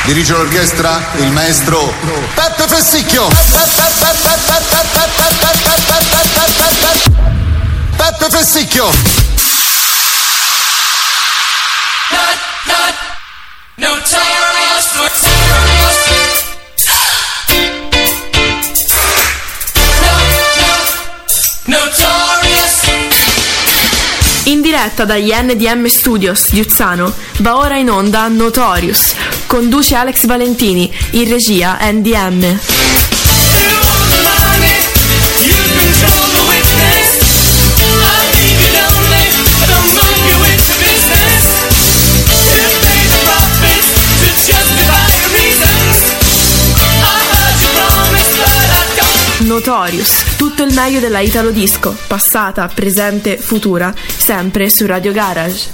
Dirige l'orchestra il maestro Peppe Fessicchio. Peppe Fessicchio. In diretta dagli NDM Studios di Uzzano va ora in onda Notorious. Conduce Alex Valentini, in regia NDM. Notorious, tutto il meglio della Italo Disco, passata, presente, futura, sempre su Radio Garage.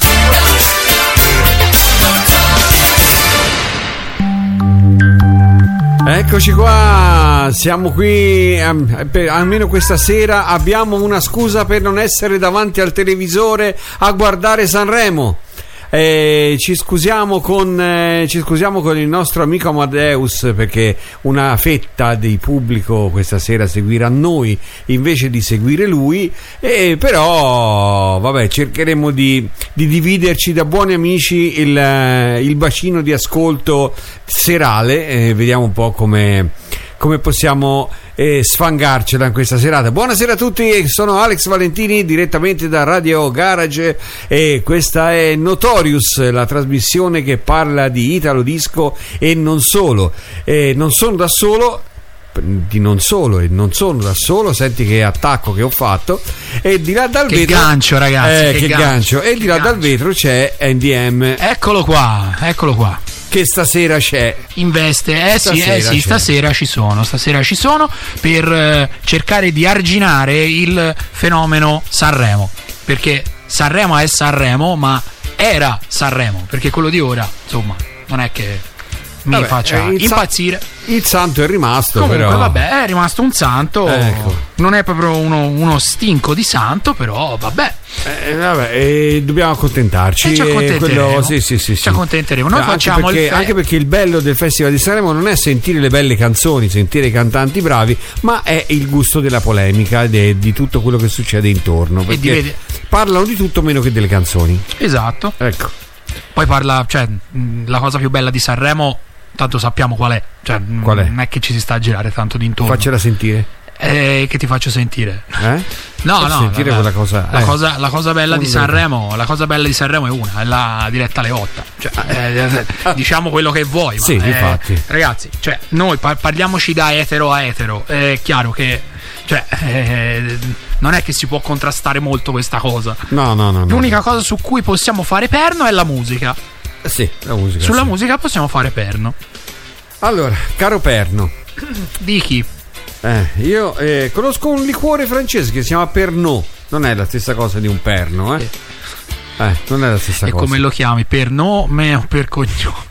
Eccoci qua, siamo qui, almeno questa sera abbiamo una scusa per non essere davanti al televisore a guardare Sanremo. Ci scusiamo con il nostro amico Amadeus, perché una fetta del pubblico questa sera seguirà noi invece di seguire lui, però vabbè, cercheremo di dividerci da buoni amici il bacino di ascolto serale, vediamo un po' come possiamo sfangarcela in questa serata. Buonasera a tutti, sono Alex Valentini direttamente da Radio Garage e questa è Notorious, la trasmissione che parla di Italo Disco e non solo. Non sono da solo, senti che attacco che ho fatto, e di là dal vetro, gancio ragazzi, che gancio, e di là dal vetro c'è NDM. Eccolo qua che stasera c'è in veste, stasera ci sono per cercare di arginare il fenomeno Sanremo, perché Sanremo è Sanremo, ma era Sanremo, perché quello di ora insomma non è che mi faccia impazzire. Il santo è rimasto, comunque, però vabbè, è rimasto un santo, ecco. Non è proprio uno stinco di santo, però vabbè, dobbiamo accontentarci, ci accontenteremo. Sì. Ci accontenteremo. Noi facciamo anche perché il bello del Festival di Sanremo non è sentire le belle canzoni, sentire i cantanti bravi, ma è il gusto della polemica e di tutto quello che succede intorno, perché parlano di tutto meno che delle canzoni. Esatto. Ecco. Poi la cosa più bella di Sanremo, tanto sappiamo qual è, qual è? Non è che ci si sta a girare tanto d'intorno. Faccela sentire. Che ti faccio sentire? No, sentire quella cosa. La cosa bella di Sanremo, è una, è la diretta alle 8. Diciamo quello che vuoi, ma sì, infatti. Ragazzi, noi parliamoci da etero a etero. È chiaro che non è che si può contrastare molto questa cosa. No. L'unica cosa su cui possiamo fare perno è la musica. Sì, la musica. Sulla musica possiamo fare perno. Allora, caro Perno, di chi? Io conosco un liquore francese che si chiama Pernod. Non è la stessa cosa di un Perno, non è la stessa cosa. E come lo chiami? Per nome o per cognome?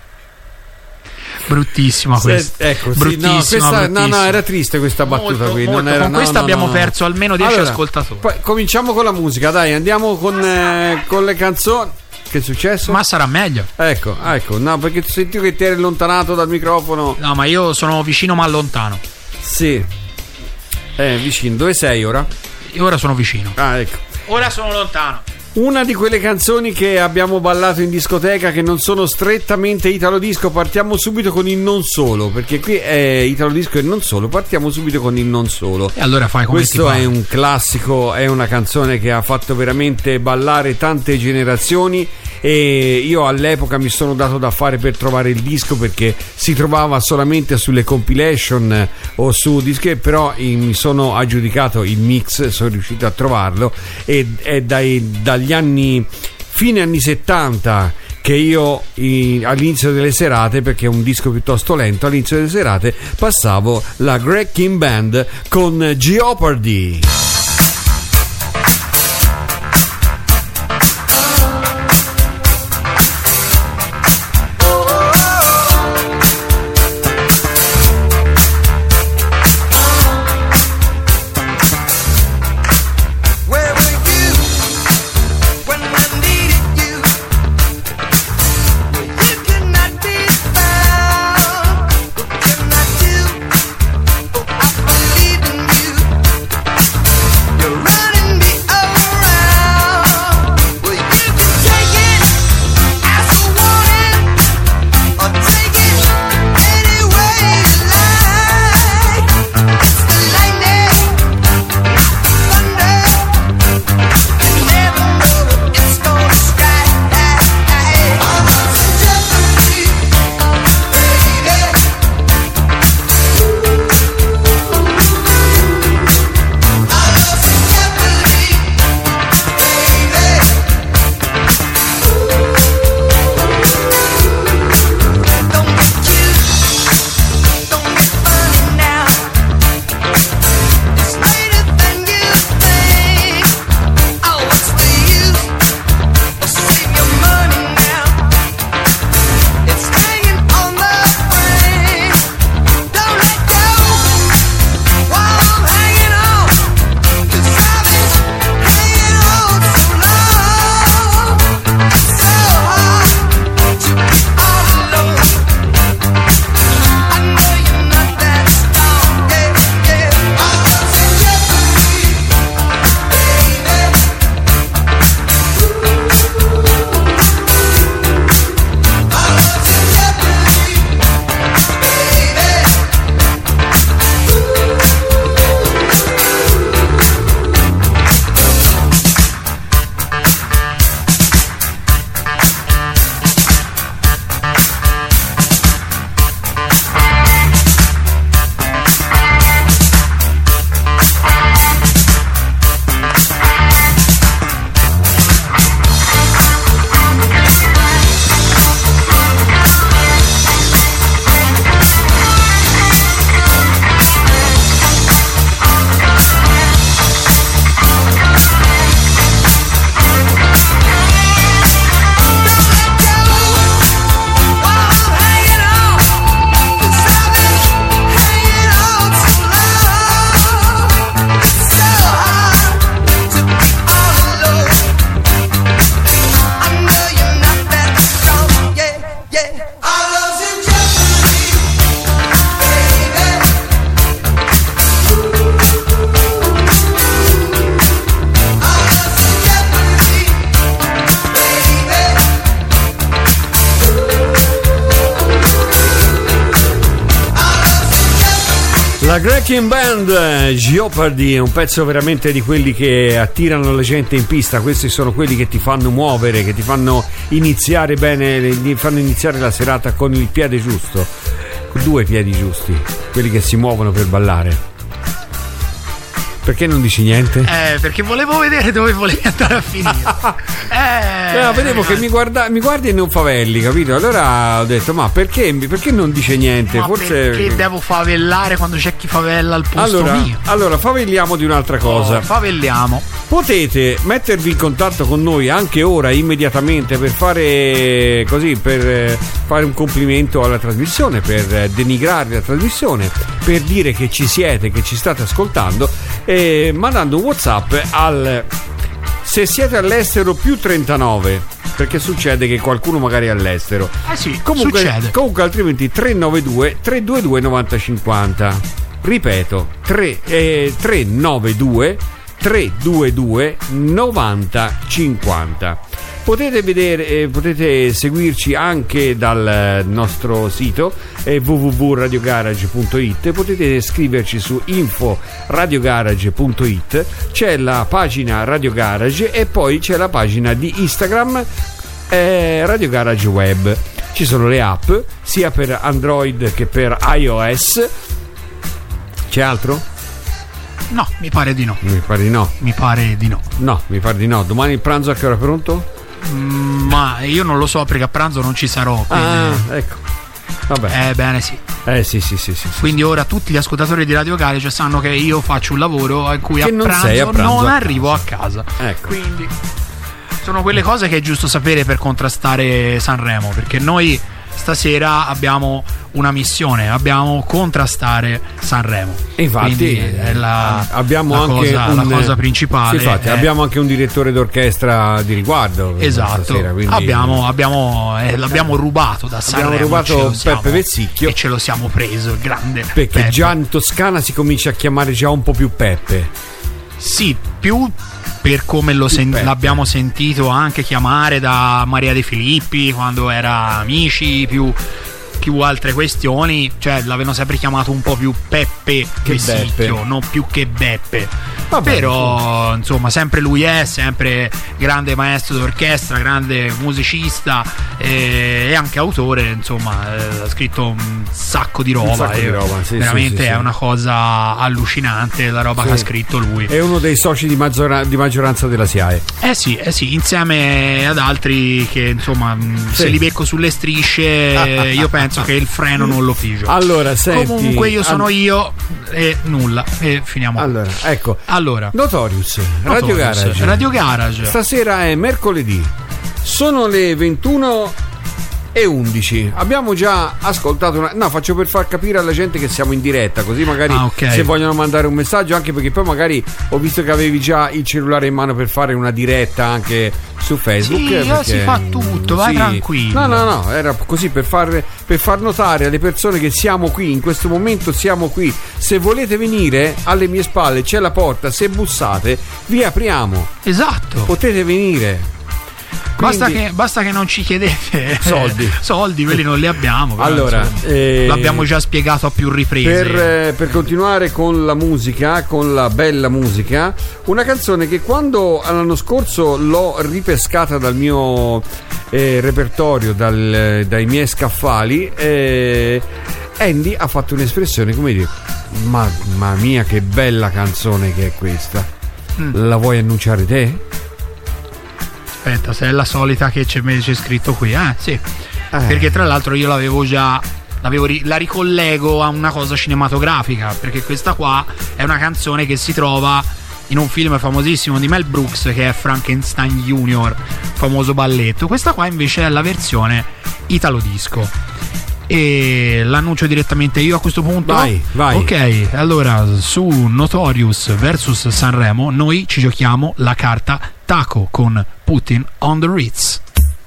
Bruttissima questa. Ecco, bruttissima. No, era triste questa battuta qui. Molto. Non era, con questa abbiamo perso almeno 10 ascoltatori. Poi cominciamo con la musica, dai, andiamo con le canzoni. Che è successo? Ma sarà meglio. Ecco, no, perché sentivo che ti eri allontanato dal microfono. No, ma io sono vicino ma lontano. Sì. Vicino. Dove sei ora? Io ora sono vicino. Ecco. Ora sono lontano. Una di quelle canzoni che abbiamo ballato in discoteca che non sono strettamente Italo Disco. Partiamo subito con il non solo, perché qui è Italo Disco e non solo. Partiamo subito con il non solo. E allora fai come questo è un classico, è una canzone che ha fatto veramente ballare tante generazioni, e io all'epoca mi sono dato da fare per trovare il disco, perché si trovava solamente sulle compilation o su dischi, però mi sono aggiudicato il mix, sono riuscito a trovarlo, e è dagli fine anni 70 che io all'inizio delle serate, perché è un disco piuttosto lento, all'inizio delle serate passavo la Greg King Band con Jeopardy. Found La Wrecking Band, Jeopardy, è un pezzo veramente di quelli che attirano la gente in pista. Questi sono quelli che ti fanno muovere, che ti fanno iniziare bene, ti fanno iniziare la serata con il piede giusto, con 2 piedi giusti, quelli che si muovono per ballare. Perché non dici niente? Perché volevo vedere dove volevi andare a finire. Vedevo che mi guardi e non favelli, capito? Allora ho detto, ma perché non dice niente? Ma forse perché devo favellare quando c'è chi favella al posto mio? Allora, favelliamo di un'altra cosa. Favelliamo. Potete mettervi in contatto con noi anche ora, immediatamente, per fare così, per fare un complimento alla trasmissione, per denigrare la trasmissione, per dire che ci siete, che ci state ascoltando, mandando un WhatsApp se siete all'estero più 39, perché succede che qualcuno magari è all'estero. Sì, succede. Comunque altrimenti 392 322 9050. Ripeto, 392 322 9050. Potete seguirci anche dal nostro sito www.radiogarage.it. potete scriverci su info@radiogarage.it. c'è la pagina Radio Garage e poi c'è la pagina di Instagram Radio Garage Web. Ci sono le app sia per Android che per iOS. C'è altro? No, mi pare di no. Mi pare di no. Mi pare di no. No, mi pare di no. Domani il pranzo a che ora è pronto? Ma io non lo so perché a pranzo non ci sarò. Quindi... ecco. Vabbè. Bene, sì. Sì. Quindi ora tutti gli ascoltatori di Radio Garage sanno che io faccio un lavoro in cui a pranzo non arrivo a casa. Ecco. Quindi sono quelle cose che è giusto sapere per contrastare Sanremo, perché noi stasera abbiamo una missione, abbiamo contrastare Sanremo. E infatti è abbiamo anche la cosa principale. Sì, infatti abbiamo anche un direttore d'orchestra di riguardo. Esatto. Stasera, quindi... l'abbiamo rubato da Sanremo. Abbiamo rubato Peppe Vezzicchio e ce lo siamo preso, il grande perché Peppe. Già in Toscana si comincia a chiamare già un po' più Peppe. Sì, più per come l'abbiamo sentito anche chiamare da Maria De Filippi quando era Amici, più altre questioni, cioè l'avevano sempre chiamato un po' più Peppe che Vezzicchio, non più che Beppe. Vabbè, però insomma sempre lui è sempre grande maestro d'orchestra, grande musicista e anche autore, insomma ha scritto un sacco di roba, sì, veramente sì. È una cosa allucinante la roba che ha scritto lui. È uno dei soci di maggioranza della SIAE. Sì, insieme ad altri che insomma se li becco sulle strisce io penso che il freno non lo pigio. Allora, senti, comunque io sono io e nulla e finiamo. Allora, ecco. Allora, Notorious, Radio Garage. Stasera è mercoledì. Sono le 21:11. Abbiamo già ascoltato faccio per far capire alla gente che siamo in diretta, così magari se vogliono mandare un messaggio, anche perché poi magari ho visto che avevi già il cellulare in mano per fare una diretta anche su Facebook. Si fa tutto, vai tranquillo. No, era così per far notare alle persone che siamo qui, in questo momento siamo qui. Se volete venire, alle mie spalle c'è la porta, se bussate vi apriamo. Esatto. Potete venire. Quindi, basta che non ci chiedete soldi, quelli non li abbiamo. Allora, l'abbiamo già spiegato a più riprese. Per continuare con la musica, con la bella musica, una canzone che quando l'anno scorso l'ho ripescata dal mio repertorio, dai miei scaffali, Andy ha fatto un'espressione come dire: mamma mia, che bella canzone che è questa. La vuoi annunciare te? Aspetta, se è la solita che c'è scritto qui, sì. Perché tra l'altro io la ricollego a una cosa cinematografica, perché questa qua è una canzone che si trova in un film famosissimo di Mel Brooks che è Frankenstein Junior, famoso balletto. Questa qua invece è la versione italo disco. E l'annuncio direttamente io a questo punto. Vai. Ok, allora su Notorious vs Sanremo noi ci giochiamo la carta Taco con Putin on the Ritz.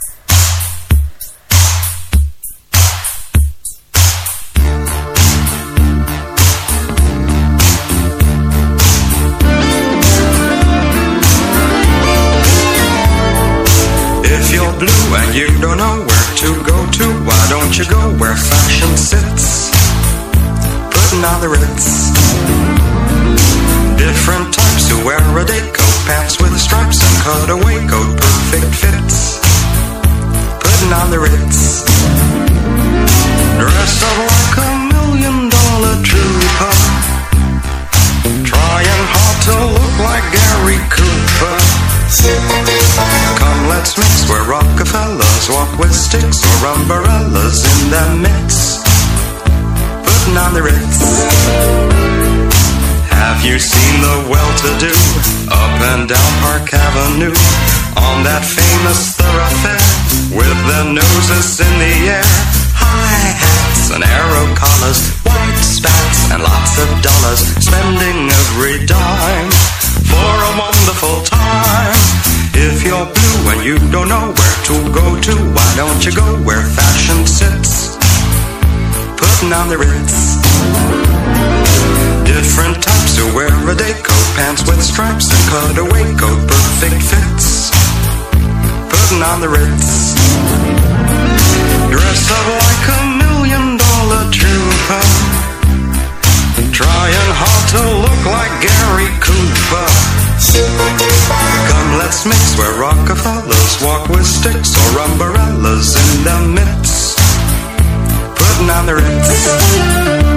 If you're blue and you don't know where to go to, why don't you go where fashion sits? Put putting on the Ritz. Different types who wear a day coat, pants with stripes and cutaway coat, perfect fits. Putting on the Ritz. Dressed up like $1 million trooper, trying hard to look like Gary Cooper. Come, let's mix where Rockefellers walk with sticks or umbrellas in their midst. Putting on the Ritz. Have you seen the well-to-do up and down Park Avenue on that famous thoroughfare with their noses in the air? High hats and arrow collars, white spats and lots of dollars, spending every dime for a wonderful time. If you're blue and you don't know where to go to, why don't you go where fashion sits? Putting on the Ritz. Different types who wear a day coat, pants with stripes and cutaway coat, perfect fits. Putting on the Ritz. Dressed up like $1 million trooper, trying hard to look like Gary Cooper. Come, let's mix where Rockefellers walk with sticks or umbrellas in their midst. Putting on the Ritz.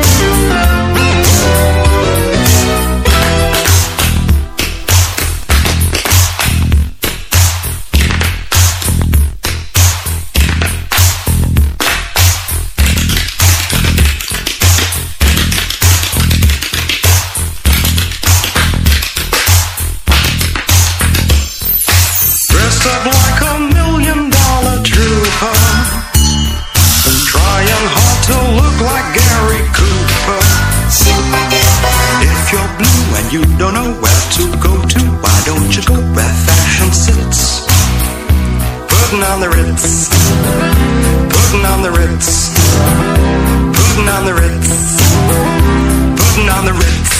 You don't know where to go to, why don't you go where fashion sits? Putting on the Ritz. Putting on the Ritz. Putting on the Ritz. Putting on the Ritz.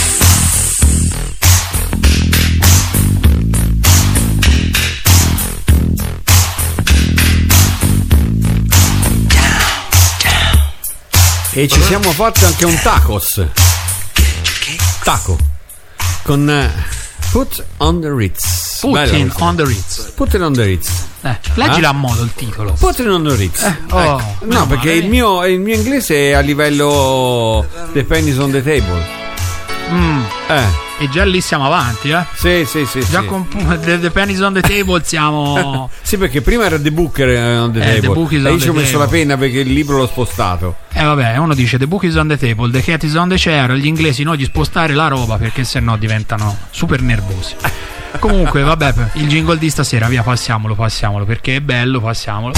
E ci siamo fatti anche un tacos. Taco. Con Put on the Ritz. Putting on the Ritz. Putting on the Ritz. Leggila a modo il titolo. Putting on the Ritz. No, perché il mio inglese è a livello The pennies on the table. E già lì siamo avanti, Sì. Già con The pennies on the table siamo. Sì, perché prima era The Booker on the table. E io ci ho messo la penna perché il libro l'ho spostato. Vabbè, uno dice The book is on the table, the cat is on the chair. Gli inglesi no, di spostare la roba perché sennò diventano super nervosi. Comunque, vabbè, il jingle di stasera, via, passiamolo perché è bello, passiamolo.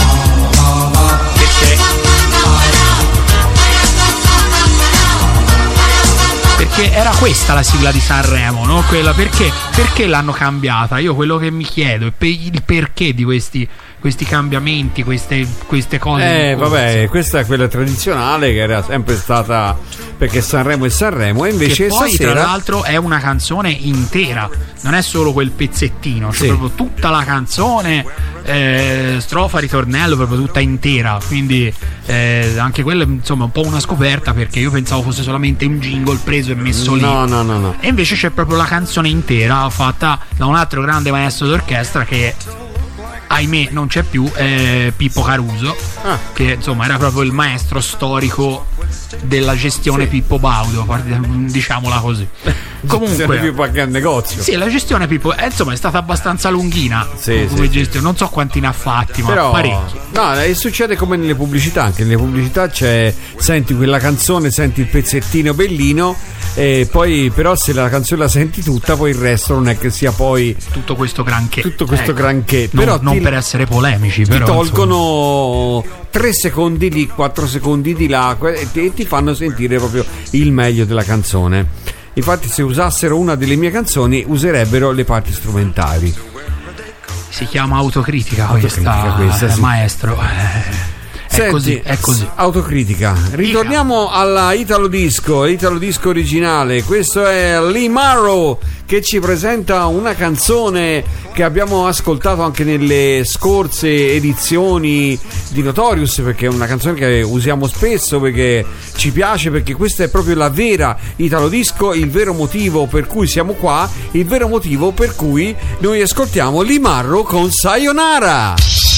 Perché era questa la sigla di Sanremo, no? Quella perché l'hanno cambiata? Io quello che mi chiedo è il perché di questi cambiamenti, queste cose. Vabbè, questa è quella tradizionale che era sempre stata, perché Sanremo è Sanremo, e invece che poi stasera, tra l'altro, è una canzone intera, non è solo quel pezzettino, cioè proprio tutta la canzone, strofa, ritornello, proprio tutta intera. Quindi anche quella, insomma, è un po' una scoperta, perché io pensavo fosse solamente un jingle preso e messo lì. No. E invece c'è proprio la canzone intera fatta da un altro grande maestro d'orchestra che, ahimè, non c'è più, Pippo Caruso, che insomma era proprio il maestro storico della gestione Pippo Baudo, diciamola così. Comunque Pippo anche al negozio. Sì, la gestione Pippo insomma è stata abbastanza lunghina come gestione. Non so quanti ne ha fatti, ma parecchi. No, e succede come nelle pubblicità. Anche nelle pubblicità senti quella canzone, senti il pezzettino bellino, e poi però se la canzone la senti tutta, poi il resto non è che sia poi tutto questo granché. Però non per essere polemici, ti però tolgono 3 secondi lì, 4 secondi di là, e ti fanno sentire proprio il meglio della canzone. Infatti, se usassero una delle mie canzoni, userebbero le parti strumentali. Si chiama autocritica questa sì. Maestro. Senti, è così. Autocritica. Ritorniamo alla Italo Disco originale. Questo è Lee Morrow che ci presenta una canzone che abbiamo ascoltato anche nelle scorse edizioni di Notorious, perché è una canzone che usiamo spesso perché ci piace, perché questa è proprio la vera Italo Disco, il vero motivo per cui siamo qua, il vero motivo per cui noi ascoltiamo Lee Morrow con Sayonara.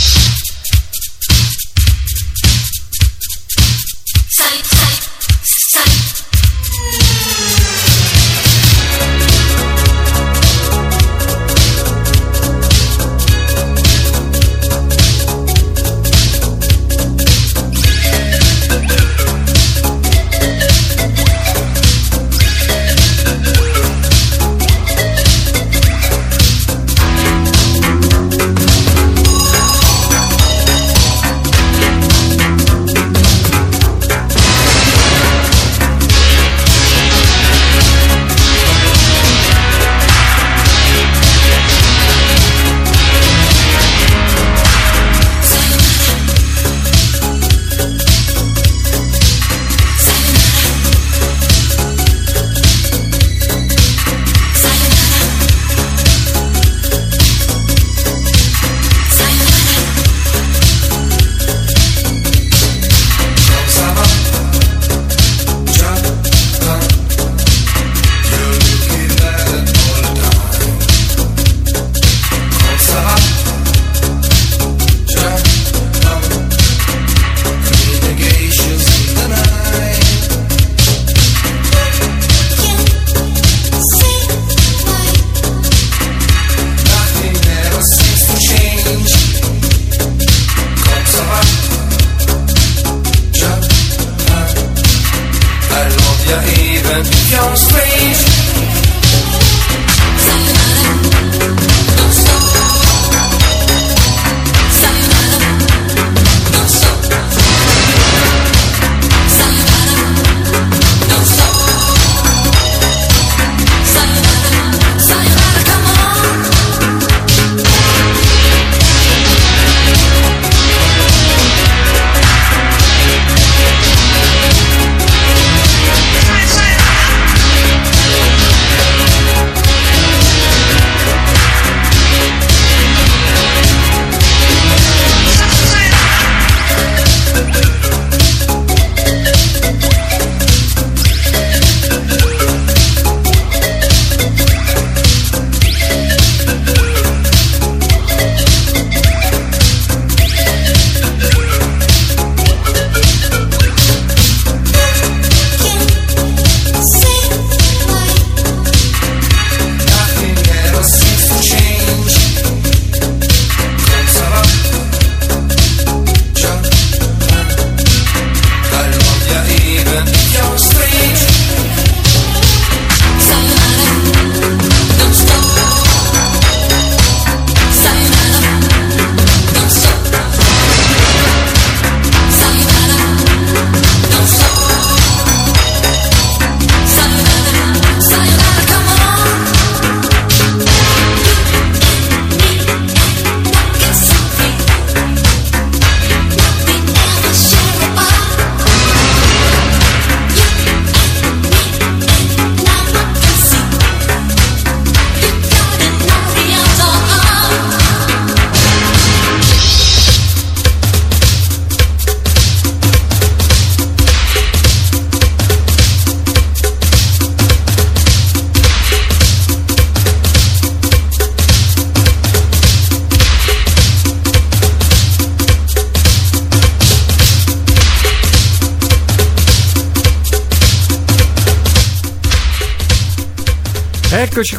Eccoci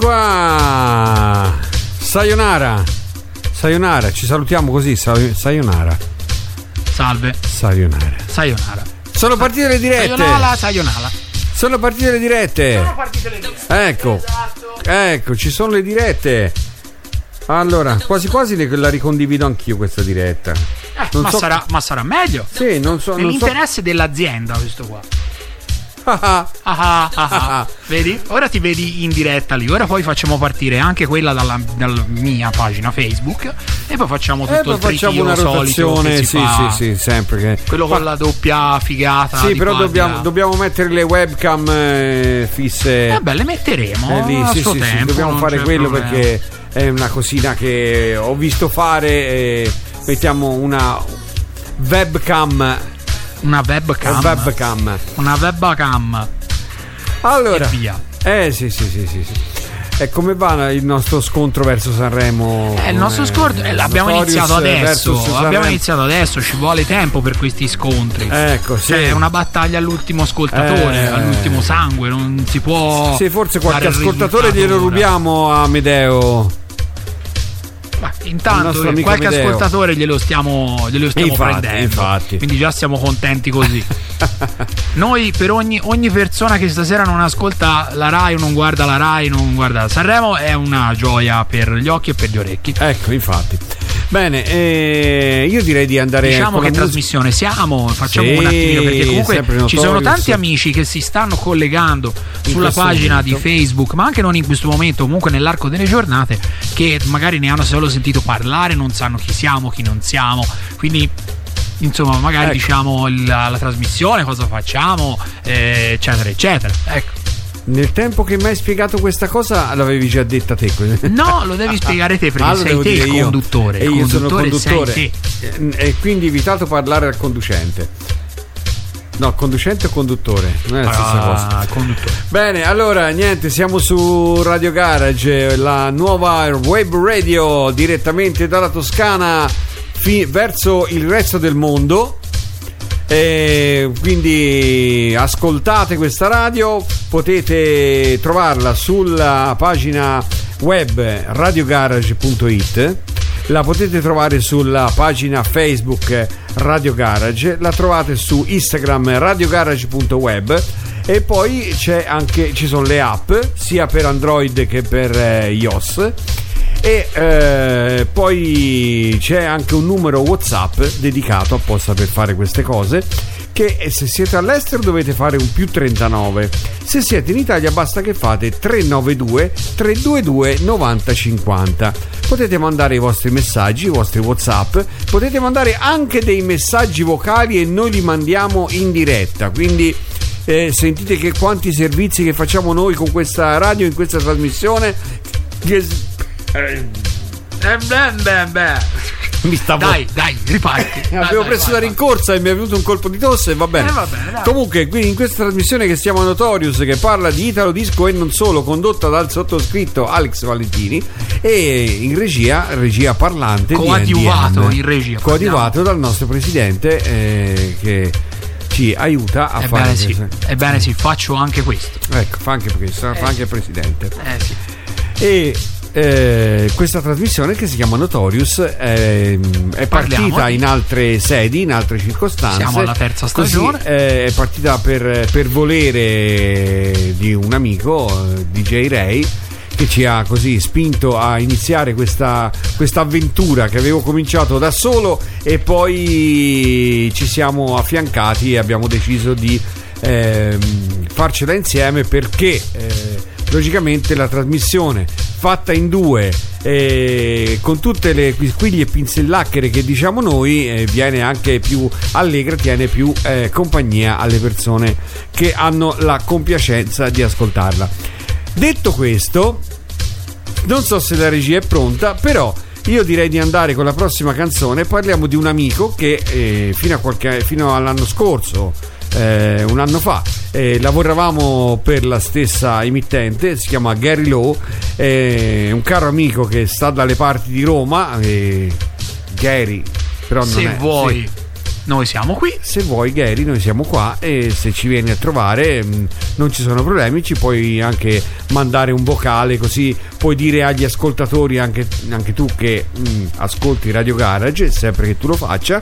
qua. Sayonara, ci salutiamo così. Sayonara. Salve. Sayonara. Sono partite le dirette. Sayonara. Sono partite le dirette. Ecco. Esatto. Ecco, ci sono le dirette. Allora, quasi la ricondivido anch'io questa diretta. Ma sarà meglio. Sì, non so. Nell'interesse dell'azienda questo qua. Vedi? Ora ti vedi in diretta lì. Ora poi facciamo partire anche quella dalla mia pagina Facebook e poi facciamo tutto il facciamo una rotazione, sì, sempre che... quello con la doppia figata. Sì, però dobbiamo mettere le webcam fisse. Le metteremo lì, sì, tempo, dobbiamo fare quello problema. Perché è una cosina che ho visto fare. Mettiamo una webcam. Una webcam. Allora, e via. Sì. E come va il nostro scontro verso Sanremo? Il nostro scontro l'abbiamo iniziato adesso. Ci vuole tempo per questi scontri. Ecco, sì. È una battaglia all'ultimo ascoltatore, all'ultimo sangue. Non si può. Sì, forse qualche ascoltatore glielo rubiamo a Medeo. Intanto qualche Medeo. Ascoltatore glielo stiamo prendendo. Infatti. Quindi già siamo contenti così. Noi per ogni persona che stasera non ascolta la Rai o non guarda la Rai, non guarda Sanremo, è una gioia per gli occhi e per gli orecchi. Ecco, infatti. Bene, io direi di andare. Diciamo che trasmissione siamo, facciamo un attimino, perché comunque ci sono tanti amici che si stanno collegando sulla pagina di Facebook, ma anche non in questo momento, comunque nell'arco delle giornate, che magari ne hanno solo sentito parlare, non sanno chi siamo, chi non siamo, quindi insomma magari diciamo la trasmissione, cosa facciamo, eccetera eccetera. Ecco. Nel tempo che mi hai spiegato questa cosa l'avevi già detta te. No, lo devi spiegare te, perché sei te il conduttore. E io sono conduttore. Sei te. E quindi evitato parlare al conducente. No, conducente o conduttore? Non è la stessa cosa. Conduttore. Bene, allora niente, siamo su Radio Garage, la nuova web radio direttamente dalla Toscana verso il resto del mondo. Quindi ascoltate questa radio, potete trovarla sulla pagina web radiogarage.it, la potete trovare sulla pagina Facebook Radio Garage, la trovate su Instagram radiogarage.web e poi ci sono le app sia per Android che per iOS. E poi c'è anche un numero WhatsApp dedicato apposta per fare queste cose, che se siete all'estero dovete fare un +39, se siete in Italia basta che fate 392 322 9050. Potete mandare i vostri messaggi, i vostri WhatsApp, potete mandare anche dei messaggi vocali e noi li mandiamo in diretta, quindi sentite che quanti servizi che facciamo noi con questa radio in questa trasmissione. Dai, riparti. Avevo preso la rincorsa e mi è venuto un colpo di tosse e va bene. Comunque, qui in questa trasmissione che si chiama Notorious, che parla di Italo Disco e non solo, condotta dal sottoscritto Alex Valentini, e in regia parlante coadiuvato in regia, coadiuvato dal nostro presidente che ci aiuta a fare. Ebbene sì, faccio anche questo. Ecco, fa anche questo, fa anche il presidente. Sì. E questa trasmissione che si chiama Notorious è partita in altre sedi, in altre circostanze. Siamo alla terza stagione. È partita per volere di un amico, DJ Ray, che ci ha così spinto a iniziare questa avventura che avevo cominciato da solo e poi ci siamo affiancati e abbiamo deciso di farcela insieme, perché logicamente la trasmissione fatta in due con tutte le quisquiglie e pinzellacchere che diciamo noi viene anche più allegra, tiene più compagnia alle persone che hanno la compiacenza di ascoltarla. Detto questo, non so se la regia è pronta, però io direi di andare con la prossima canzone. Parliamo di un amico che fino all'anno scorso, un anno fa, lavoravamo per la stessa emittente, si chiama Gary Lowe, un caro amico che sta dalle parti di Roma, Gary, però non se vuoi sì. Noi siamo qui. Se vuoi, Gary, noi siamo qua, e se ci vieni a trovare non ci sono problemi, ci puoi anche mandare un vocale, così puoi dire agli ascoltatori, anche tu che ascolti Radio Garage, sempre che tu lo faccia.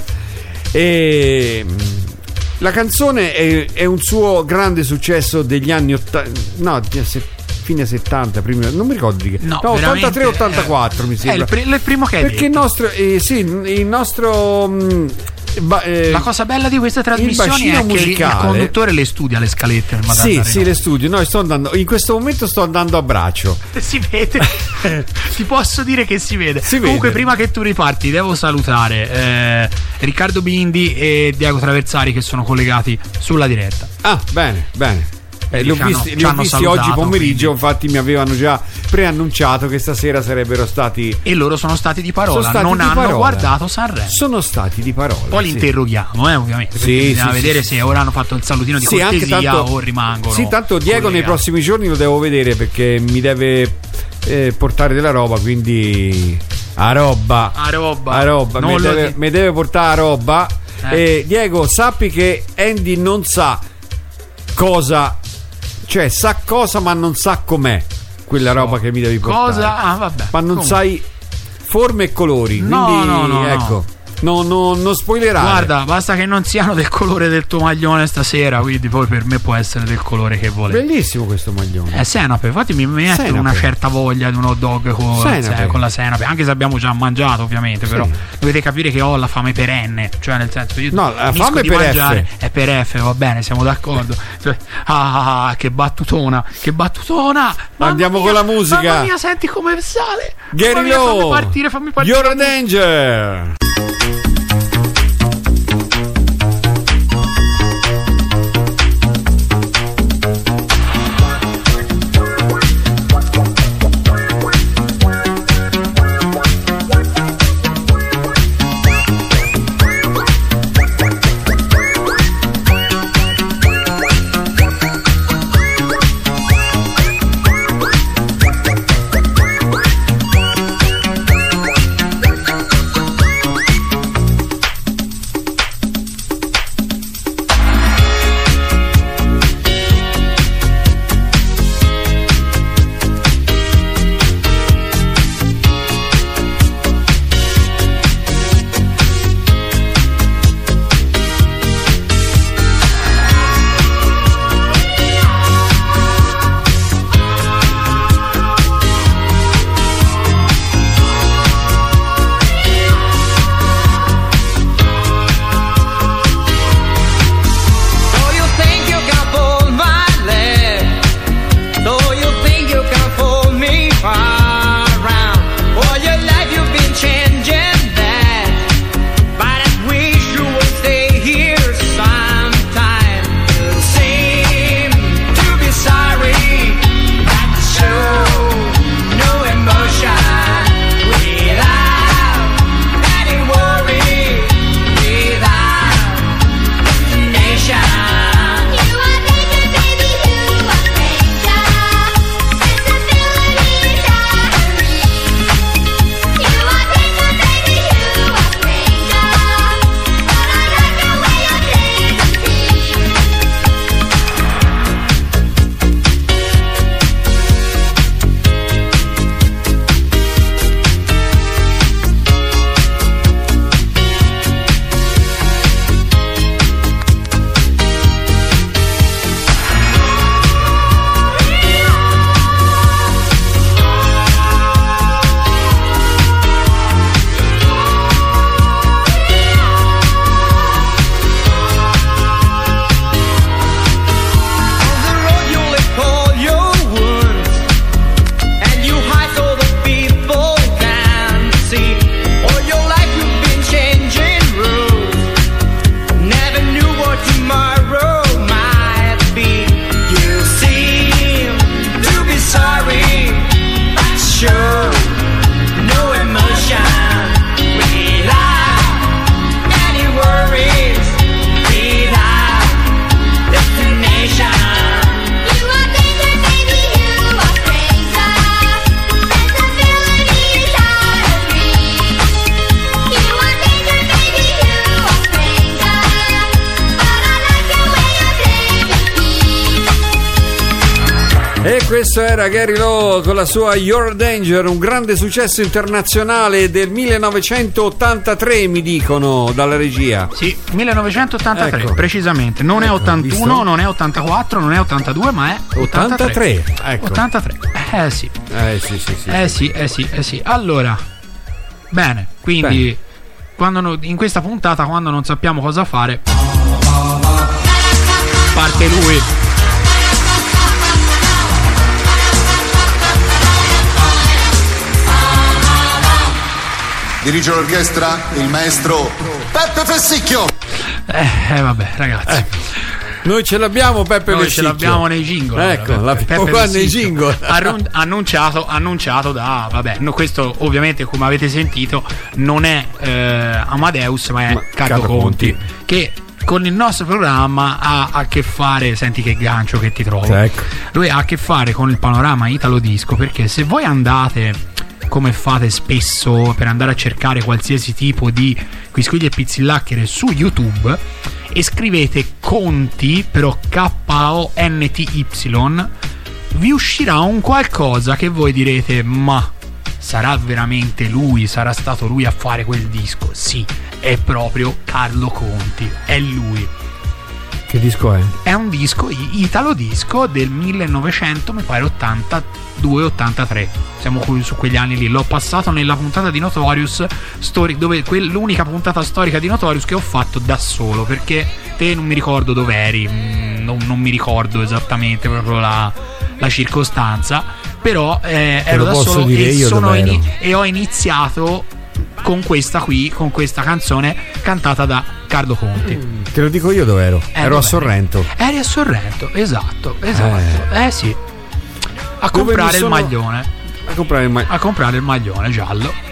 E la canzone è un suo grande successo degli anni 80, fine 70, non mi ricordo di che. No 83-84 mi sembra. È il primo che hai perché detto. Il nostro La cosa bella di queste trasmissioni è che il conduttore le studia le scalette. Sì, le studio. No, in questo momento sto andando a braccio. Si vede. Ti posso dire che si vede. Comunque, prima che tu riparti, devo salutare Riccardo Bindi e Diego Traversari, che sono collegati sulla diretta. Ah, bene. Li ho visti oggi pomeriggio, quindi. Infatti mi avevano già preannunciato che stasera sarebbero stati. E loro sono stati di parola, non hanno guardato Sanremo. Sono stati di parola. Poi li interroghiamo, ovviamente. Bisogna vedere se ora hanno fatto il salutino di cortesia o rimangono. Sì, tanto Diego nei prossimi giorni lo devo vedere perché mi deve portare della roba, quindi a roba. Mi deve portare a roba. Diego, sappi che Andy non sa cosa. Cioè, sa cosa, ma non sa com'è quella roba che mi devi portare. Cosa? Ah, vabbè. Ma non sai forme e colori. No, ecco. Non spoilerare. Guarda, basta che non siano del colore del tuo maglione stasera, quindi poi per me può essere del colore che volete. Bellissimo questo maglione. Senape, infatti mi mette una certa voglia di un hot dog con la senape, anche se abbiamo già mangiato ovviamente, però dovete capire che ho la fame perenne, cioè nel senso io la fame per mangiare è per F, va bene, siamo d'accordo. Che battutona. Andiamo con la musica. Mamma mia, senti come sale. Gary Low, fammi partire. You're a danger. E questo era Gary Low con la sua Your Danger, un grande successo internazionale del 1983, mi dicono dalla regia. Sì, 1983, ecco. Precisamente. Non è 81, visto? Non è 84, non è 82, ma è 83. Ecco. 83. Sì. Sì. Allora, bene, quindi in questa puntata, quando non sappiamo cosa fare, parte lui. Dirige l'orchestra il maestro Peppe Fessicchio. Vabbè, ragazzi. Noi ce l'abbiamo Peppe Fessicchio. Noi ce l'abbiamo nei jingle. Ecco, l'abbiamo qua nei jingle. Annunciato da, vabbè, no, questo ovviamente, come avete sentito, non è Amadeus, ma è Carlo Conti, che con il nostro programma ha a che fare, senti che gancio che ti trovo. Ecco. Lui ha a che fare con il panorama italo disco, perché se voi andate, come fate spesso, per andare a cercare qualsiasi tipo di quisquiglie e pizzillacchere su YouTube e scrivete Conti, però Konty, vi uscirà un qualcosa che voi direte: ma sarà veramente lui? Sarà stato lui a fare quel disco? Sì, è proprio Carlo Conti, è lui. Che disco è? È un disco italo disco del 1900, mi pare 82-83. Siamo su quegli anni lì. L'ho passato nella puntata di Notorious dove l'unica puntata storica di Notorious che ho fatto da solo, perché te non mi ricordo dove eri, non mi ricordo esattamente proprio la circostanza, però ero da solo e ho iniziato con questa canzone cantata da Carlo Conti. Te lo dico io dove ero. Ero a Sorrento. Eri a Sorrento, esatto. Sì. A comprare il maglione. A comprare il maglione giallo.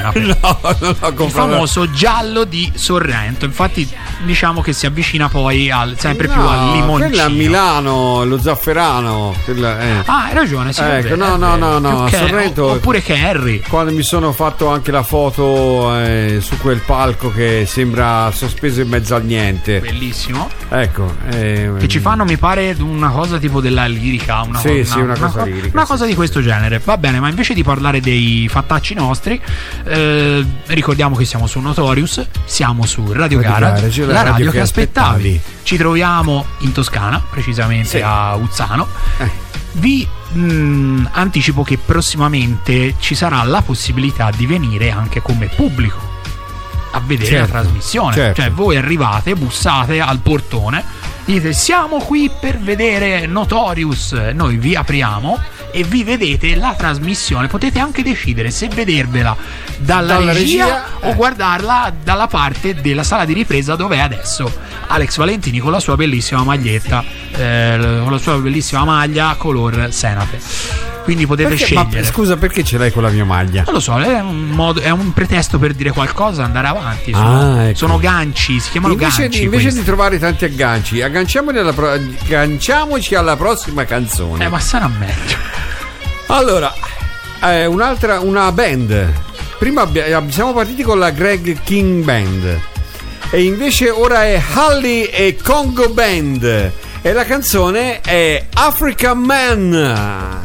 Il famoso giallo di Sorrento. Infatti diciamo che si avvicina poi sempre più al limoncino. Quella a Milano, lo zafferano. Hai ragione, sì. Ecco, no, a Sorrento. Oppure Kerry. Quando mi sono fatto anche la foto su quel palco che sembra sospeso in mezzo al niente. Bellissimo. Ecco. Che ci fanno, mi pare, una cosa tipo della lirica. Una cosa lirica. Una cosa di questo genere. Va bene, ma invece di parlare dei fattacci nostri, ricordiamo che siamo su Notorious, siamo su Radio Garage, la radio che aspettavi. Ci troviamo in Toscana, precisamente a Uzzano. Vi anticipo che prossimamente ci sarà la possibilità di venire anche come pubblico a vedere la trasmissione. Cioè voi arrivate, bussate al portone, dite: siamo qui per vedere Notorious. Noi vi apriamo e vi vedete la trasmissione. Potete anche decidere se vedervela dalla regia o guardarla dalla parte della sala di ripresa dove è adesso Alex Valentini con la sua bellissima maglietta, con la sua bellissima maglia color senape. Quindi potete scegliere. Ma scusa, perché ce l'hai con la mia maglia? Non lo so, è un pretesto per dire qualcosa, andare avanti. Sono ganci, si chiamano ganci. Invece di trovare tanti agganci, agganciamoci alla prossima canzone. Ma sarà meglio. Allora, una band. Prima siamo partiti con la Greg King Band, e invece ora è Halli e Congo Band, e la canzone è African Man.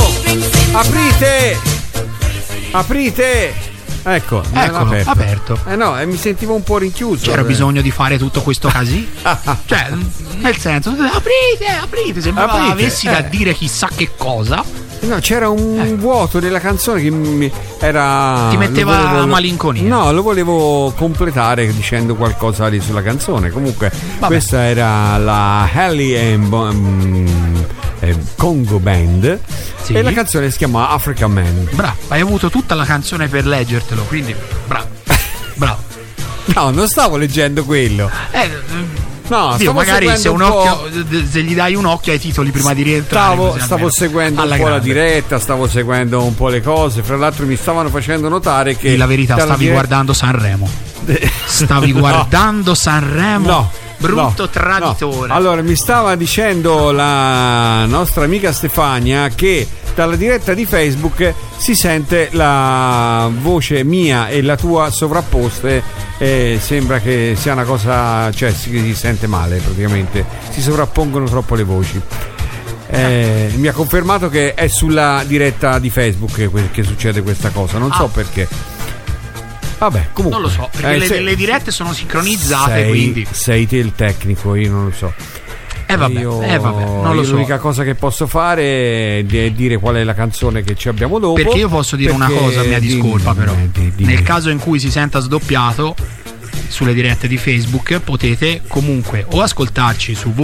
Aprite! Ecco, eccolo, aperto. No, mi sentivo un po' rinchiuso. C'era bisogno di fare tutto questo casino? Cioè, nel senso, aprite, sembrava avessi da dire chissà che cosa. No, c'era un vuoto nella canzone che ti metteva malinconia. No, lo volevo completare dicendo qualcosa lì sulla canzone. Comunque, questa era la Helly and Congo Band. Sì. E la canzone si chiama African Man. Bravo, hai avuto tutta la canzone per leggertelo, quindi bravo. No, non stavo leggendo quello. No, Dio, magari se gli dai un occhio ai titoli prima di rientrare. Stavo seguendo un po' la diretta, stavo seguendo un po' le cose. Fra l'altro mi stavano facendo notare che la verità, stavi guardando Sanremo. Stavi guardando Sanremo? No. Brutto traditore. No. Allora, mi stava dicendo la nostra amica Stefania che dalla diretta di Facebook si sente la voce mia e la tua sovrapposte. Sembra che sia una cosa, cioè si sente male praticamente, si sovrappongono troppo le voci. Mi ha confermato che è sulla diretta di Facebook che succede questa cosa, non so perché. Vabbè, comunque non lo so, perché le dirette sono sincronizzate, quindi sei te il tecnico, io non lo so. Vabbè, non lo so. L'unica cosa che posso fare è dire qual è la canzone che ci abbiamo dopo. Perché io posso dire una cosa, mia discolpa, però. Nel caso in cui si senta sdoppiato sulle dirette di Facebook, potete comunque o ascoltarci su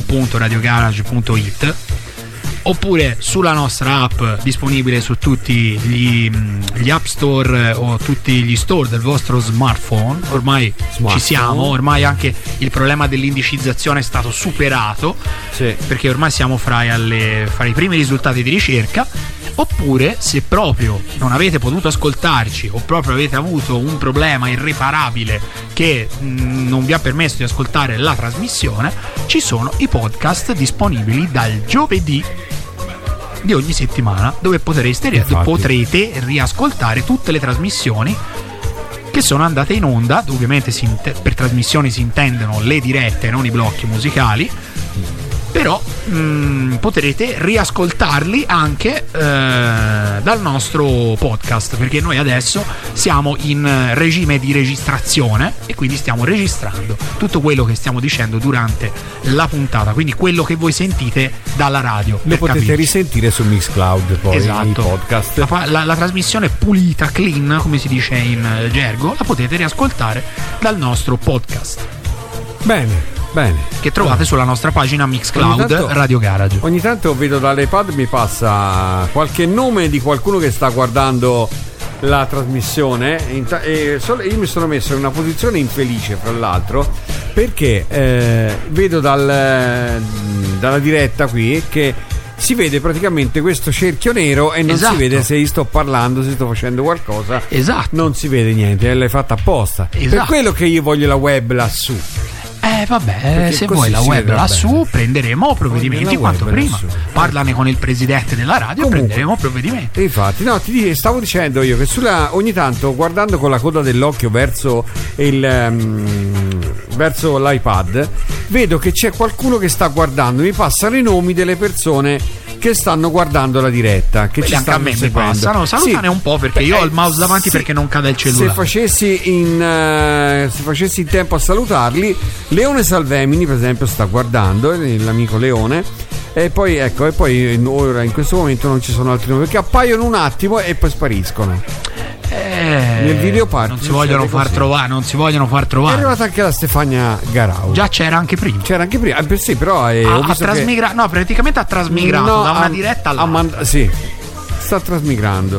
www.radiogarage.it oppure sulla nostra app disponibile su tutti gli app store o tutti gli store del vostro smartphone. Ormai ci siamo, ormai anche il problema dell'indicizzazione è stato superato, perché ormai siamo fra i primi risultati di ricerca. Oppure, se proprio non avete potuto ascoltarci o proprio avete avuto un problema irreparabile che non vi ha permesso di ascoltare la trasmissione, ci sono i podcast disponibili dal giovedì di ogni settimana, dove potrete riascoltare tutte le trasmissioni che sono andate in onda. Ovviamente per trasmissioni si intendono le dirette, non i blocchi musicali, però potrete riascoltarli anche dal nostro podcast, perché noi adesso siamo in regime di registrazione e quindi stiamo registrando tutto quello che stiamo dicendo durante la puntata, quindi quello che voi sentite dalla radio lo potete risentire su Mixcloud, poi esatto. I podcast la trasmissione pulita, clean, come si dice in gergo, la potete riascoltare dal nostro podcast. Bene, che trovate sulla nostra pagina Mixcloud Radio Garage. Ogni tanto vedo dall'iPad, mi passa qualche nome di qualcuno che sta guardando la trasmissione e io mi sono messo in una posizione infelice, fra l'altro, perché vedo dalla diretta qui che si vede praticamente questo cerchio nero e non si vede se io sto parlando, se sto facendo qualcosa. Non si vede niente, l'hai fatta apposta. Per quello che io voglio la web lassù. Vabbè, se vuoi la web lassù prenderemo provvedimenti quanto prima. Parlane con il presidente della radio. Comunque, prenderemo provvedimenti. Infatti, no, stavo dicendo io che ogni tanto, guardando con la coda dell'occhio verso l'iPad, vedo che c'è qualcuno che sta guardando. Mi passano i nomi delle persone che stanno guardando la diretta, che ci stanno seguendo. Passano, salutane un po', perché io ho il mouse davanti perché non cade il cellulare. Se facessi in tempo a salutarli, Leone Salvemini per esempio sta guardando, l'amico Leone, e poi ora in questo momento non ci sono altri nomi perché appaiono un attimo e poi spariscono. Nel video party non si vogliono far trovare. È arrivata anche la Stefania Garau. Già c'era anche prima. Sì, però praticamente ha trasmigrato da una diretta all'altra. Sì, sta trasmigrando.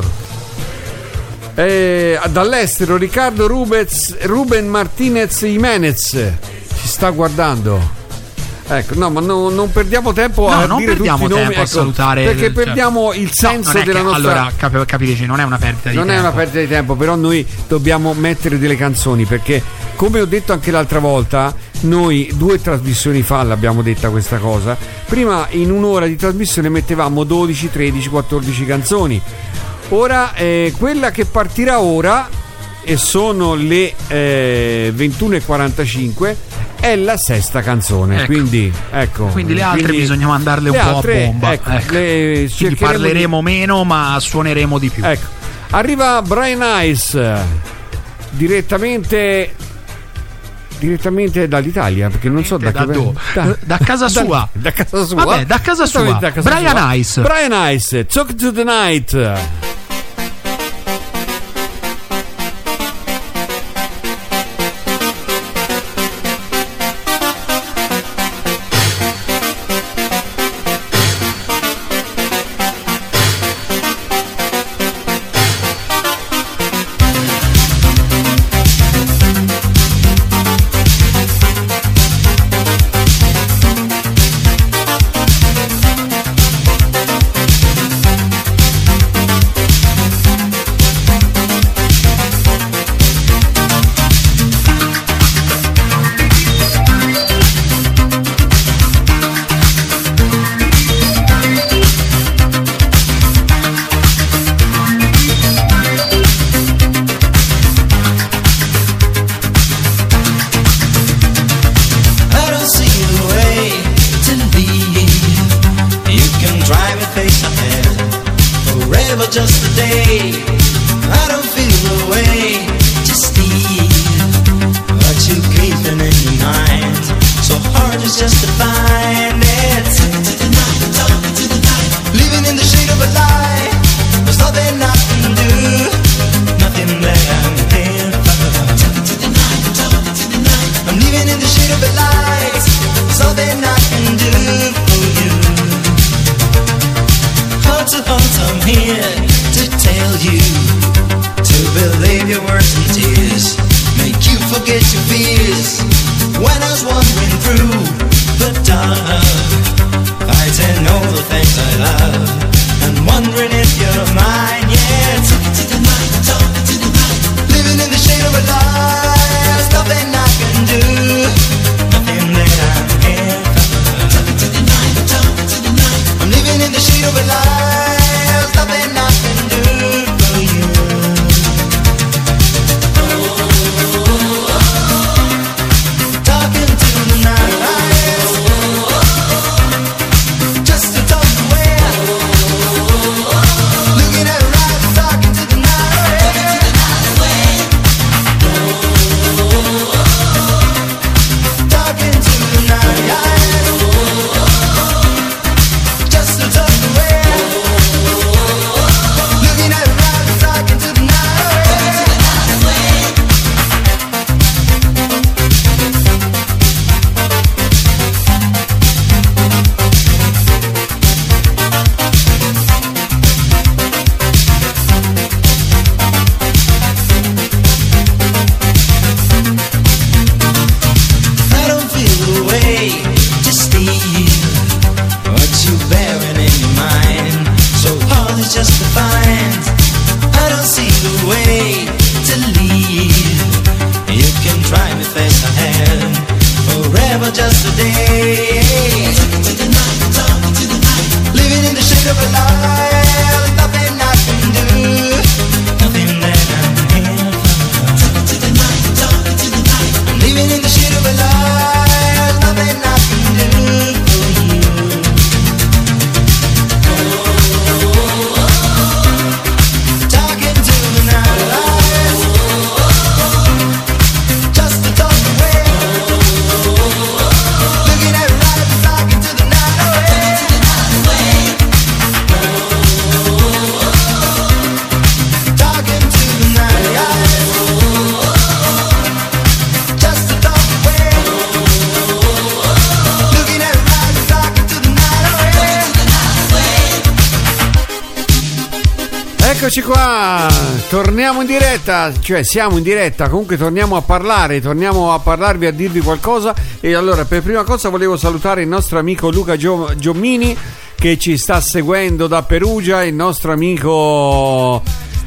Dall'estero Riccardo Ruben Martinez Jimenez ci sta guardando. Ecco, no, ma non perdiamo tempo a dire tutti i nomi, a salutare, perché perdiamo il senso della nostra. Allora, capiteci, non è una perdita di tempo. Non è una perdita di tempo, però noi dobbiamo mettere delle canzoni, perché come ho detto anche l'altra volta, noi 2 trasmissioni fa l'abbiamo detta questa cosa. Prima in un'ora di trasmissione mettevamo 12, 13, 14 canzoni. Ora quella che partirà ora, e sono le 21:45, è è la sesta canzone, ecco. Quindi le altre bisogna mandarle un po' a bomba, quindi parleremo meno ma suoneremo di più. Ecco. Arriva Brian Ice direttamente dall'Italia, perché non so da casa sua. Da casa sua. Vabbè, da casa sua. Brian Ice, Talk to the Night. Eccoci qua, torniamo in diretta, cioè siamo in diretta, comunque torniamo a parlarvi, a dirvi qualcosa. E allora, per prima cosa volevo salutare il nostro amico Luca Giommini che ci sta seguendo da Perugia, il nostro amico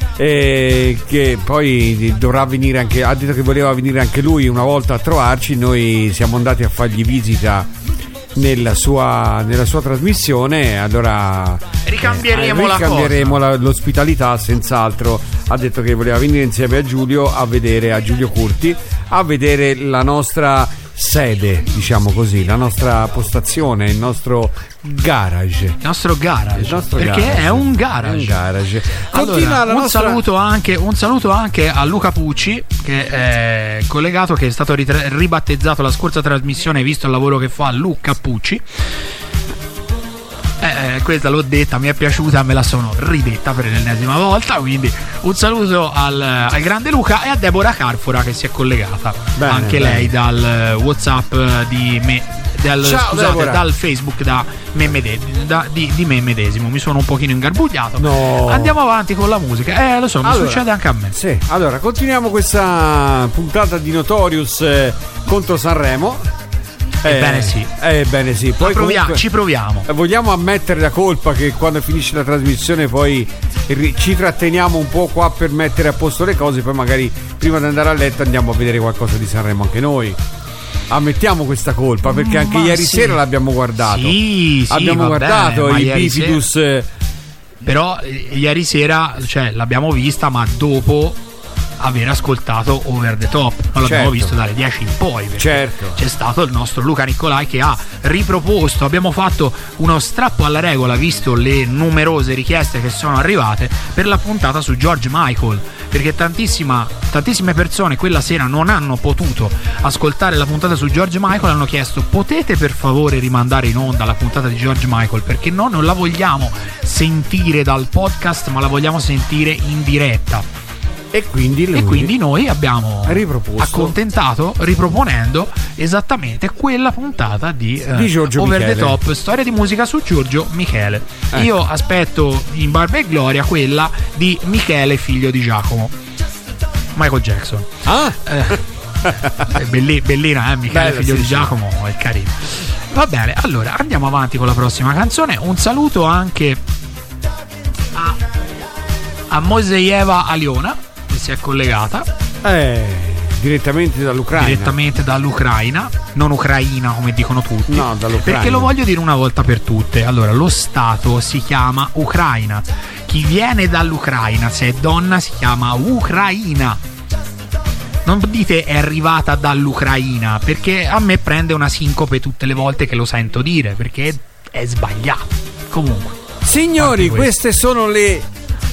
che poi dovrà venire anche, ha detto che voleva venire anche lui una volta a trovarci. Noi siamo andati a fargli visita nella sua trasmissione, allora ricambieremo l'ospitalità senz'altro. Ha detto che voleva venire insieme a Giulio Curti a vedere la nostra sede, diciamo così, la nostra postazione, il nostro garage. Il nostro garage. Perché garage. È un garage. Allora, un saluto anche a Luca Pucci, che è collegato, che è stato ribattezzato la scorsa trasmissione, visto il lavoro che fa Luca Pucci. Questa l'ho detta, mi è piaciuta, me la sono ridetta per l'ennesima volta, quindi un saluto al grande Luca e a Deborah Carfora, che si è collegata lei dal WhatsApp di me, dal Facebook di me medesimo. Mi sono un pochino ingarbugliato. No. Andiamo avanti con la musica. Lo so, mi succede anche a me. Sì, allora continuiamo questa puntata di Notorious contro Sanremo. Ebbene sì. Poi ci proviamo. Vogliamo ammettere la colpa che quando finisce la trasmissione poi ci tratteniamo un po' qua per mettere a posto le cose, poi magari prima di andare a letto andiamo a vedere qualcosa di Sanremo anche noi. Ammettiamo questa colpa, perché anche ieri sera l'abbiamo guardato. Abbiamo guardato i Bifidus. Però ieri sera, l'abbiamo vista, ma dopo aver ascoltato Over the Top, non l'abbiamo visto dalle 10 in poi, c'è stato il nostro Luca Nicolai che ha riproposto. Abbiamo fatto uno strappo alla regola, visto le numerose richieste che sono arrivate per la puntata su George Michael, perché tantissime persone quella sera non hanno potuto ascoltare la puntata su George Michael, hanno chiesto: potete per favore rimandare in onda la puntata di George Michael, perché noi non la vogliamo sentire dal podcast, ma la vogliamo sentire in diretta. E quindi noi abbiamo accontentato riproponendo esattamente quella puntata di Giorgio Over Michele. the Top, storia di musica su Giorgio Michele. Io aspetto in barba e gloria quella di Michele, figlio di Giacomo, Michael Jackson. Bellina, Michele, figlio di Giacomo, è carino. Va bene, allora andiamo avanti con la prossima canzone. Un saluto anche a Moseieva Aliona, che si è collegata direttamente dall'Ucraina, non Ucraina come dicono tutti, no, dall'Ucraina. Perché lo voglio dire una volta per tutte. Allora, lo stato si chiama Ucraina, chi viene dall'Ucraina, se è donna, si chiama Ucraina. Non dite è arrivata dall'Ucraina, perché a me prende una sincope tutte le volte che lo sento dire, perché è sbagliato. Comunque, signori, queste sono le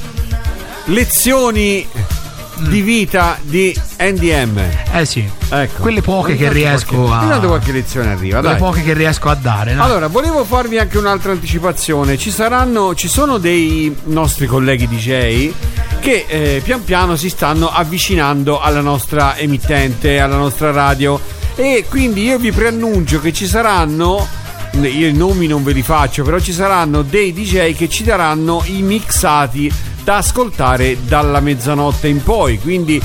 lezioni di vita di NDM. Ecco. Quelle poche che riesco a. Qualche lezione arriva. Quelle poche che riesco a dare. Dai. Allora, volevo farvi anche un'altra anticipazione. Ci sono dei nostri colleghi DJ che pian piano si stanno avvicinando alla nostra emittente, alla nostra radio. E quindi io vi preannuncio che ci saranno. Io i nomi non ve li faccio, però ci saranno dei DJ che ci daranno i mixati da ascoltare dalla mezzanotte in poi, quindi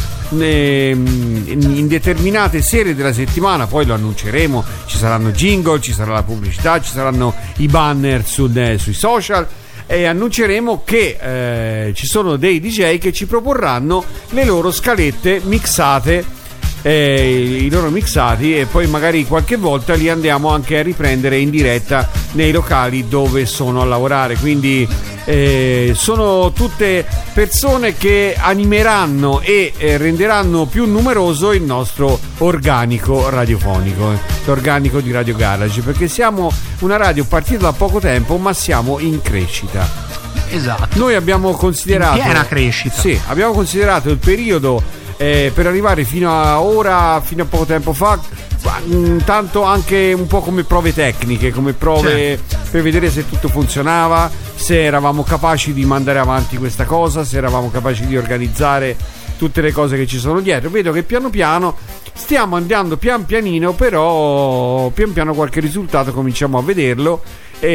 in determinate sere della settimana, poi lo annunceremo, ci saranno jingle, ci sarà la pubblicità, ci saranno i banner sui social, e annunceremo che ci sono dei DJ che ci proporranno le loro scalette mixate, i loro mixati, e poi magari qualche volta li andiamo anche a riprendere in diretta nei locali dove sono a lavorare. Quindi sono tutte persone che animeranno e renderanno più numeroso il nostro organico radiofonico, l'organico di Radio Garage, perché siamo una radio partita da poco tempo, ma siamo in crescita. Esatto. Noi abbiamo considerato in piena crescita. Sì, abbiamo considerato il periodo per arrivare fino a poco tempo fa, tanto anche un po' come prove tecniche, come prove per vedere se tutto funzionava, se eravamo capaci di mandare avanti questa cosa, se eravamo capaci di organizzare tutte le cose che ci sono dietro. Vedo che piano piano stiamo andando pian pianino, però pian piano qualche risultato cominciamo a vederlo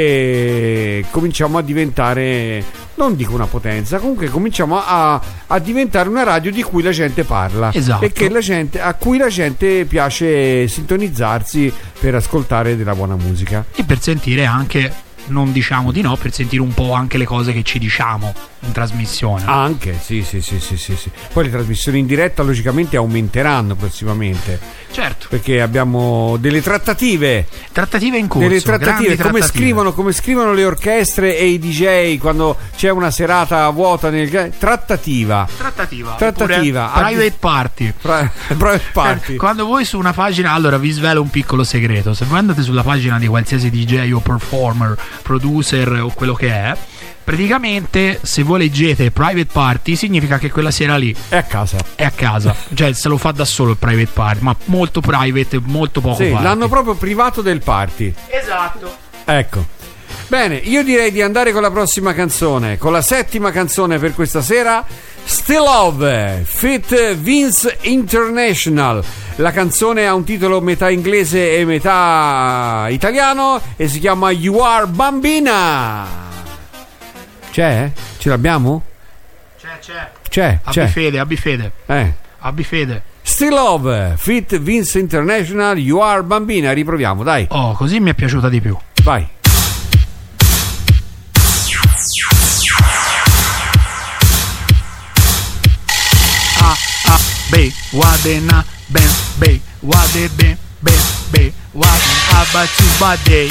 e cominciamo a diventare, non dico una potenza, comunque cominciamo a diventare una radio di cui la gente parla. Esatto. E che a cui la gente piace sintonizzarsi per ascoltare della buona musica e per sentire anche non diciamo di no, per sentire un po' anche le cose che ci diciamo in trasmissione. Anche, sì. Poi le trasmissioni in diretta logicamente aumenteranno prossimamente. Certo. Perché abbiamo delle trattative in corso. Delle trattative, come scrivono le orchestre e i DJ quando c'è una serata vuota trattativa. Private party. Private party. Quando voi su una pagina, allora vi svelo un piccolo segreto. Se voi andate sulla pagina di qualsiasi DJ o performer, producer o quello che è, praticamente se voi leggete private party significa che quella sera lì è a casa. Cioè se lo fa da solo il private party, ma molto private, molto poco party. L'hanno proprio privato del party. Esatto. Ecco. Bene, io direi di andare con la prossima canzone, con la settima canzone per questa sera, Still Love, feat. Vince International. La canzone ha un titolo metà inglese e metà italiano e si chiama You Are Bambina. C'è? Ce l'abbiamo? C'è. Abbi fede. Abbi fede. Still Love, feat. Vince International, You Are Bambina. Riproviamo, dai. Oh, così mi è piaciuta di più. Vai. Be, wade na, ben, be, wade be, wade abatu bade,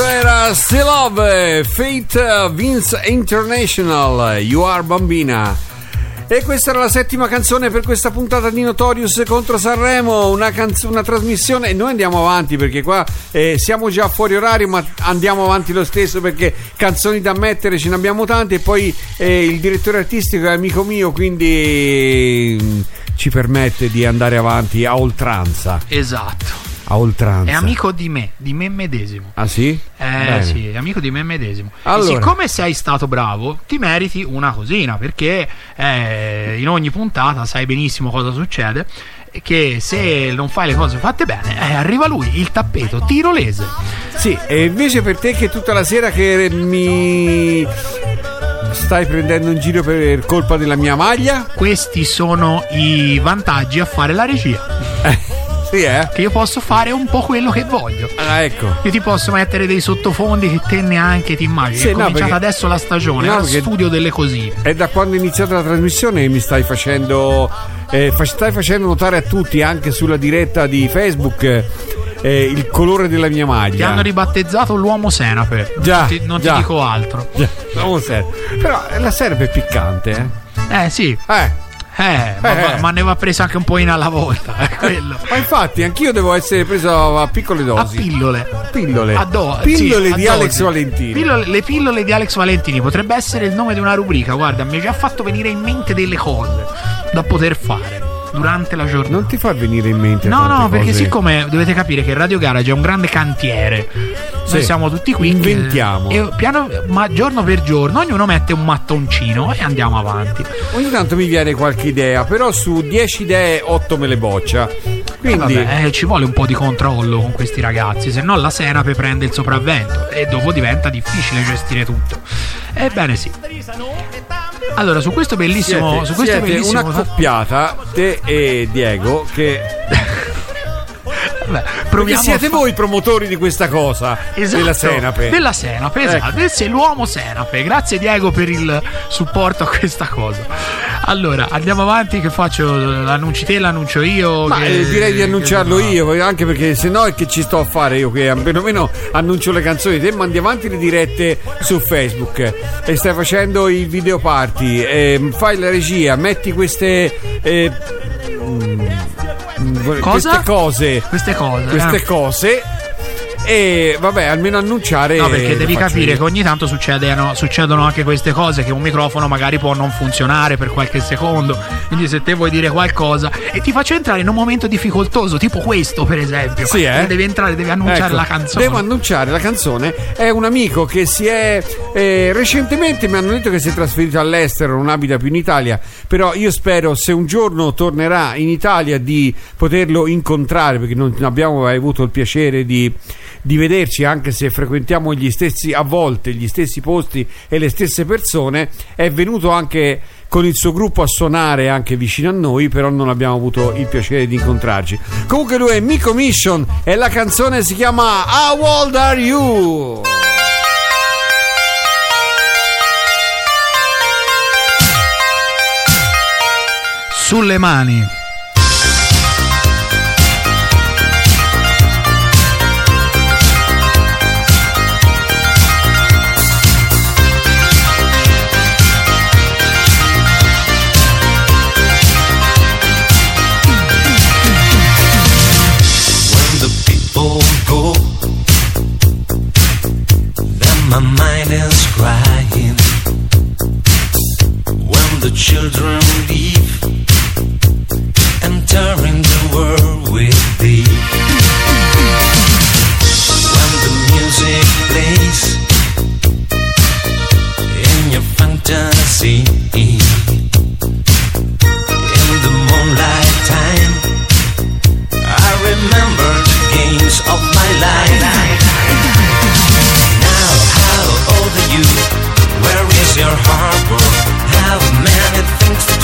Questo era Still Love, Fate Vince International, You Are Bambina. E questa era la settima canzone per questa puntata di Notorious contro Sanremo, una trasmissione, e noi andiamo avanti perché qua siamo già fuori orario, ma andiamo avanti lo stesso perché canzoni da mettere ce ne abbiamo tante, e poi il direttore artistico è amico mio, quindi ci permette di andare avanti a oltranza. Esatto. A oltranza. È amico di me medesimo. Ah sì? Sì, è amico di me medesimo. Allora. E siccome sei stato bravo, ti meriti una cosina, perché in ogni puntata sai benissimo cosa succede, che se non fai le cose fatte bene, arriva lui, il tappeto tirolese. Sì, e invece per te che tutta la sera che mi stai prendendo in giro per colpa della mia maglia? Questi sono i vantaggi a fare la regia. Sì, che io posso fare un po' quello che voglio. Ah, ecco. Io ti posso mettere dei sottofondi che te neanche ti immagini. Sì, è cominciata perché adesso la stagione, no, studio delle cosine. È da quando è iniziata la trasmissione che mi stai facendo notare a tutti, anche sulla diretta di Facebook, il colore della mia maglia. Ti hanno ribattezzato l'uomo senape. Già. Non ti dico altro. Già, l'uomo senape. Però la senape è piccante, sì. Ma ne va presa anche un po' alla volta, quello. Ma infatti anch'io devo essere preso a piccole dosi. A pillole Pillole di Alex Valentini. Le pillole di Alex Valentini potrebbe essere il nome di una rubrica. Guarda, mi ha già fatto venire in mente delle cose da poter fare durante la giornata. Non ti fa venire in mente? No, perché siccome dovete capire che Radio Garage è un grande cantiere, noi siamo tutti qui, inventiamo, e ma giorno per giorno ognuno mette un mattoncino e andiamo avanti. Ogni tanto mi viene qualche idea, però su 10 idee 8 me le boccia. Quindi ci vuole un po' di controllo con questi ragazzi, se no la senape prende il sopravvento e dopo diventa difficile gestire tutto. Ebbene sì. Allora, su questo bellissimo siete una coppiata, te e Diego, che perché siete voi promotori di questa cosa. Esatto, della senape, esatto. Ecco. Sei l'uomo senape. Grazie Diego per il supporto a questa cosa. Allora, andiamo avanti, che faccio? L'annunci te, l'annuncio io? Ma direi di annunciarlo io, anche perché se no che ci sto a fare io, che perlomeno annuncio le canzoni. Te mandi avanti le dirette su Facebook e stai facendo il video party, fai la regia, metti queste queste cose e vabbè, almeno annunciare. No, perché devi capire che ogni tanto succedono anche queste cose, che un microfono magari può non funzionare per qualche secondo, quindi se te vuoi dire qualcosa e ti faccio entrare in un momento difficoltoso, tipo questo per esempio, devi entrare, devi annunciare la canzone. Devo annunciare la canzone. È un amico che si è recentemente mi hanno detto che si è trasferito all'estero, non abita più in Italia, però io spero, se un giorno tornerà in Italia, di poterlo incontrare, perché non abbiamo mai avuto il piacere di vederci, anche se frequentiamo a volte gli stessi posti e le stesse persone. È venuto anche con il suo gruppo a suonare anche vicino a noi, però non abbiamo avuto il piacere di incontrarci. Comunque lui è Miko Mission e la canzone si chiama How Old Are You? Sulle mani. My mind is crying when the children leave, entering the world with thee. When the music plays in your fantasy, in the moonlight time, I remember the games of my life. How old are you? Where is your harbor? How many things to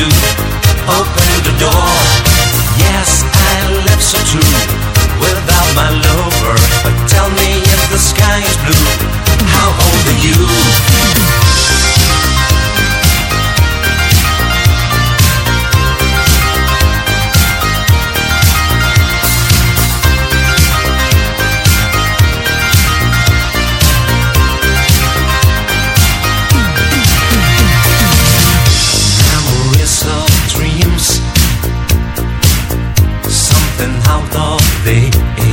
day.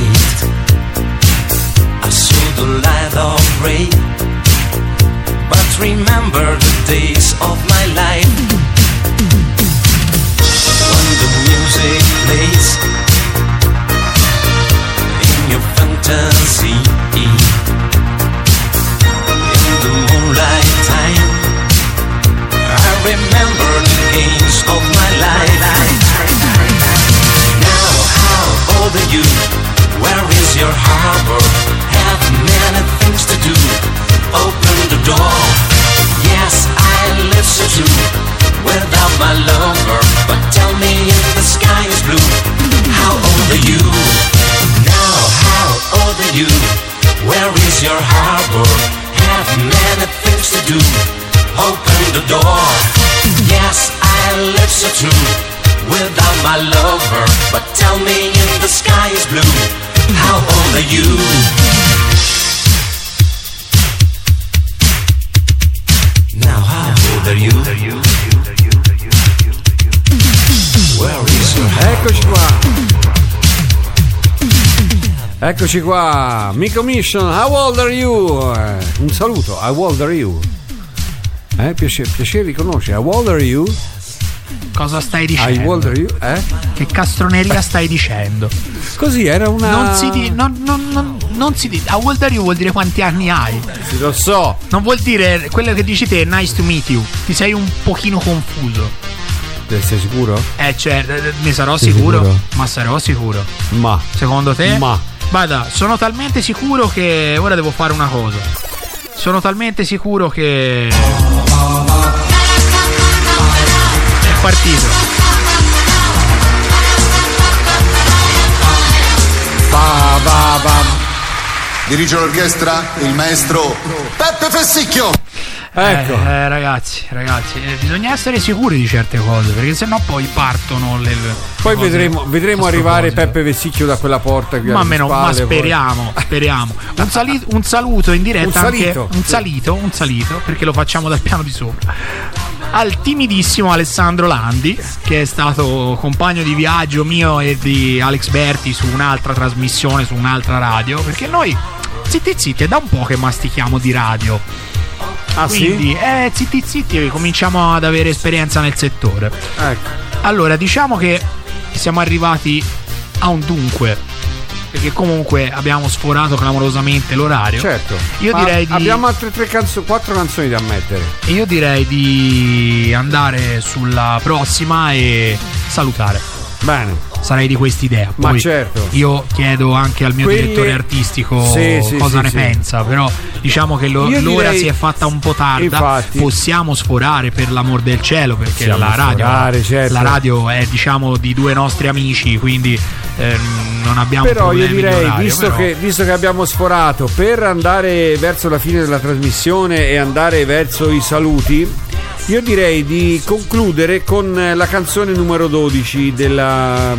I saw the light of rain, but remember the days of my life when the music plays in your fantasy, in the moonlight time. I remember the games of my life. Now how old are you? Where is your harbor? Have many things to do. Open the door. Yes, I live so too, without my lover. But tell me if the sky is blue, how old are you? Now how old are you? Where is your harbor? Have many things to do. Open the door. Yes, I live so true, without my lover. But tell me if the sky is blue, how old are you? Now how old are you? Where is your harbor? Eccoci qua. Eccoci qua. Mico Mission, how old are you? Un saluto, how old are you? Piacere riconoscere. How old are you? Cosa stai dicendo? How old are you? Che castroneria stai dicendo? Così era una. Non si dice. Non si dice. How old are you vuol dire quanti anni hai. Sì, lo so. Non vuol dire quello che dici te, nice to meet you. Ti sei un pochino confuso. Sei sicuro? Cioè, ne sarò sicuro. Ma sarò sicuro. Ma. Secondo te? Ma. Guarda, sono talmente sicuro che ora devo fare una cosa. Sono talmente sicuro che è partito. Dirige l'orchestra il maestro Peppe Fessicchio. Ecco. Ragazzi, bisogna essere sicuri di certe cose, perché sennò poi partono le poi cose, vedremo arrivare Peppe Vessicchio da quella porta qui alle spalle, ma speriamo. Un saluto in diretta, un salito, perché lo facciamo dal piano di sopra, al timidissimo Alessandro Landi, che è stato compagno di viaggio mio e di Alex Berti su un'altra trasmissione, su un'altra radio, perché noi zitti è da un po' che mastichiamo di radio. Ah, quindi zitti cominciamo ad avere esperienza nel settore. Ecco. Allora, diciamo che siamo arrivati a un dunque, perché comunque abbiamo sforato clamorosamente l'orario. Certo. Abbiamo altre 4 canzoni da mettere. E io direi di andare sulla prossima e salutare. Bene. Sarei di quest'idea. Poi ma certo. Io chiedo anche al mio direttore artistico cosa ne pensa. Però diciamo che l'ora si è fatta un po' tarda. Infatti, possiamo sforare, per l'amor del cielo, perché la radio è, diciamo, di due nostri amici, quindi non abbiamo però problemi. Io direi, d'orario, visto che abbiamo sforato, per andare verso la fine della trasmissione e andare verso i saluti, io direi di concludere con la canzone numero 12 della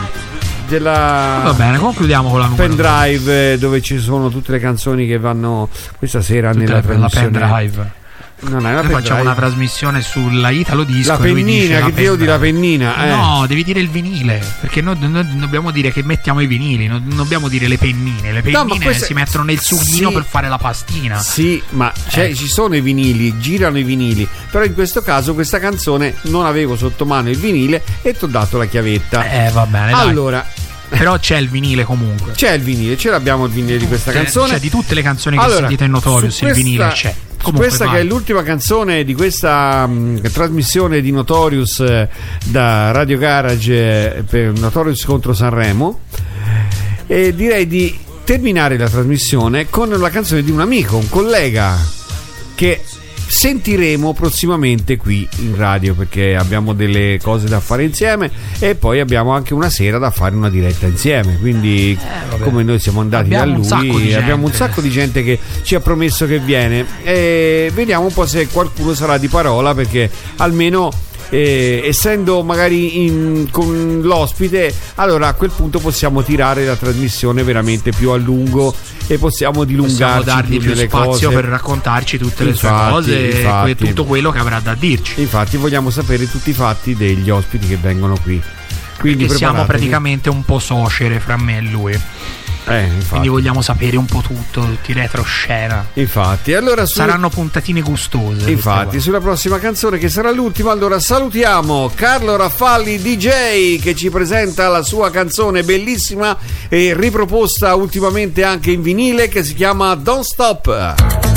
va bene, concludiamo con la numero pendrive, dove ci sono tutte le canzoni che vanno questa sera nella trasmissione. Pendrive. Non è una Noi facciamo una trasmissione sulla Italo Disco. La pennina, che devo dire la pennina? No, devi dire il vinile, perché noi dobbiamo dire che mettiamo i vinili, non dobbiamo dire le pennine. Le pennine si mettono nel sughino per fare la pastina. Sì, ma ci sono i vinili, girano i vinili. Però in questo caso questa canzone non avevo sotto mano il vinile e ti ho dato la chiavetta. Va bene, allora dai. Però c'è il vinile comunque. C'è il vinile, ce l'abbiamo il vinile di questa canzone. Cioè, di tutte le canzoni che sentite in Notorious, il vinile c'è. Comunque, questa che è l'ultima canzone di questa trasmissione di Notorious da Radio Garage per Notorious contro Sanremo, e direi di terminare la trasmissione con la canzone di un amico, un collega che sentiremo prossimamente qui in radio, perché abbiamo delle cose da fare insieme e poi abbiamo anche una sera da fare una diretta insieme, quindi come noi siamo andati da lui, abbiamo un sacco di gente che ci ha promesso che viene, e vediamo un po' se qualcuno sarà di parola, perché almeno essendo magari con l'ospite, allora a quel punto possiamo tirare la trasmissione veramente più a lungo e possiamo dilungarci, possiamo dargli più spazio per raccontarci tutte le sue cose e tutto quello che avrà da dirci. Infatti vogliamo sapere tutti i fatti degli ospiti che vengono qui. Quindi siamo praticamente un po' socere fra me e lui. Quindi vogliamo sapere un po' tutti i retroscena. Infatti, allora saranno puntatine gustose. Infatti, sulla prossima canzone, che sarà l'ultima, allora salutiamo Carlo Raffalli DJ, che ci presenta la sua canzone bellissima e riproposta ultimamente anche in vinile, che si chiama Don't Stop.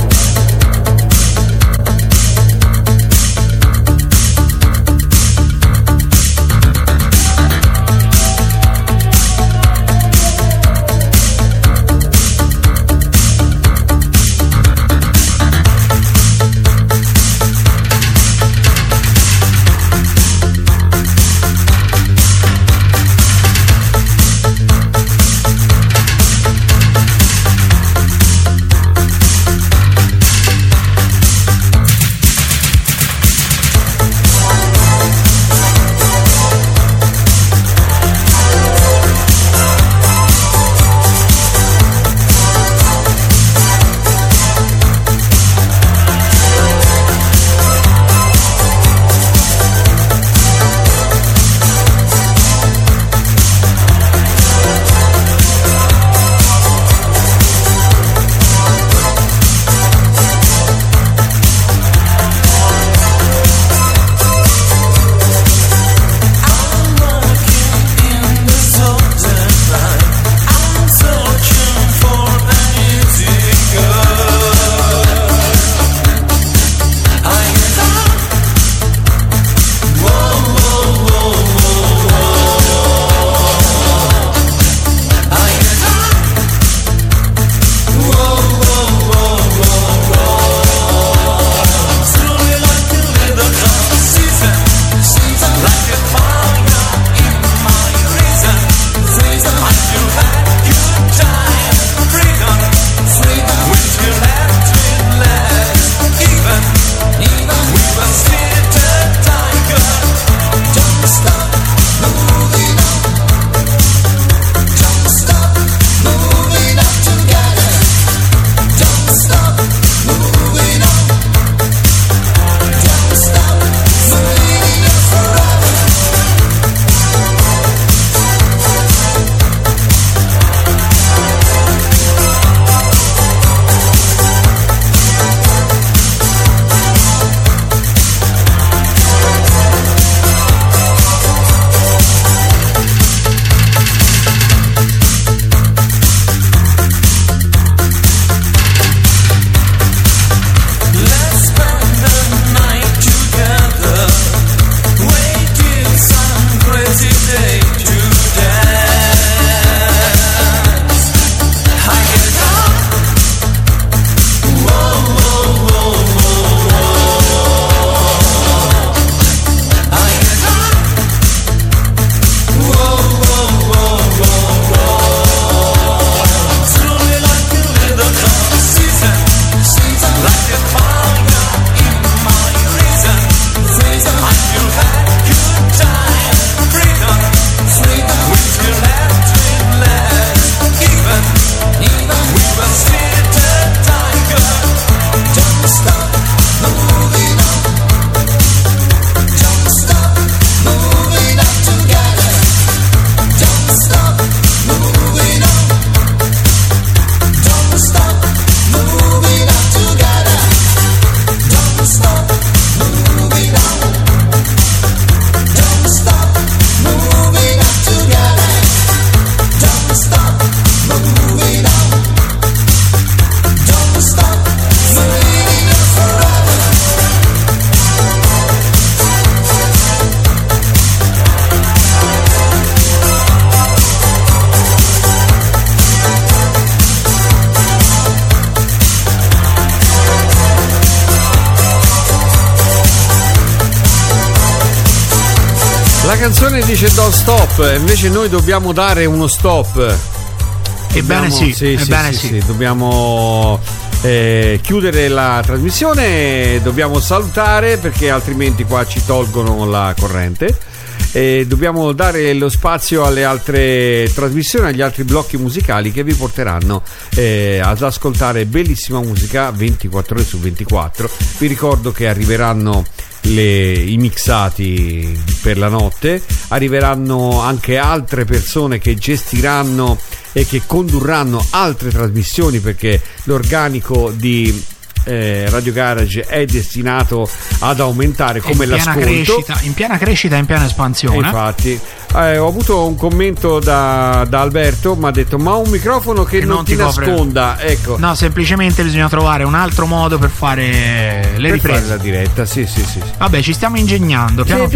La canzone dice don't stop, invece noi dobbiamo dare uno stop. Ebbene sì. Dobbiamo chiudere la trasmissione, dobbiamo salutare perché altrimenti qua ci tolgono la corrente. Dobbiamo dare lo spazio alle altre trasmissioni, agli altri blocchi musicali che vi porteranno ad ascoltare bellissima musica 24 ore su 24. Vi ricordo che arriveranno i mixati per la notte. Arriveranno anche altre persone che gestiranno e che condurranno altre trasmissioni, perché l'organico di Radio Garage è destinato ad aumentare come l'ascolto, in piena crescita e in piena espansione. Infatti ho avuto un commento da Alberto, mi ha detto: ma un microfono che non ti nasconda, ecco. No, semplicemente bisogna trovare un altro modo per fare le riprese, fare la diretta. Sì. Vabbè, ci stiamo ingegnando piano.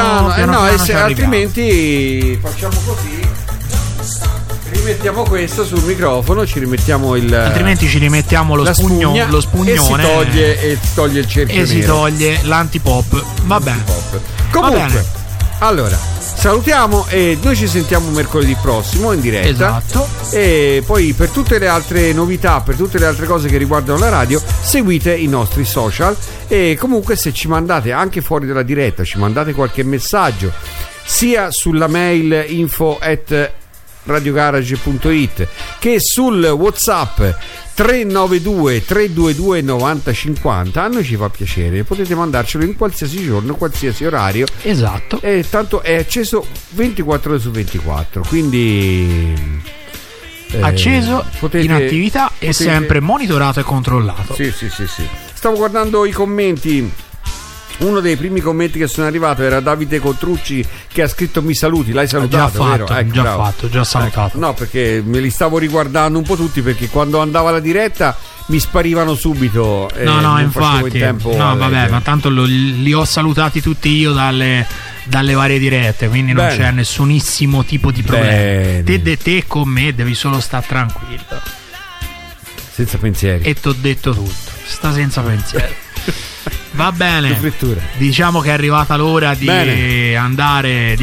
Altrimenti facciamo così. Rimettiamo questo sul microfono, ci rimettiamo altrimenti ci rimettiamo lo spugnone e si toglie il cerchio e si toglie l'antipop. Va bene. Comunque, allora salutiamo e noi ci sentiamo mercoledì prossimo in diretta. Esatto. E poi per tutte le altre novità, per tutte le altre cose che riguardano la radio, seguite i nostri social. E comunque, se ci mandate anche fuori dalla diretta, ci mandate qualche messaggio sia sulla mail info@radiogarage.it che sul WhatsApp 392 322 9050, a noi ci fa piacere, potete mandarcelo in qualsiasi giorno, qualsiasi orario. Esatto. E tanto è acceso 24 ore su 24, quindi acceso, in attività e sempre monitorato e controllato. Sì. Stavo guardando i commenti. Uno dei primi commenti che sono arrivato era Davide Cotrucci, che ha scritto: mi saluti, l'hai salutato? Già salutato. No, perché me li stavo riguardando un po' tutti, perché quando andava la diretta mi sparivano subito. No, infatti. Ma tanto li ho salutati tutti io dalle varie dirette, quindi non c'è nessunissimo tipo di problema. Te con me devi solo stare tranquillo, senza pensieri. E t'ho detto tutto, sta senza pensieri. Va bene, diciamo che è arrivata l'ora di andare.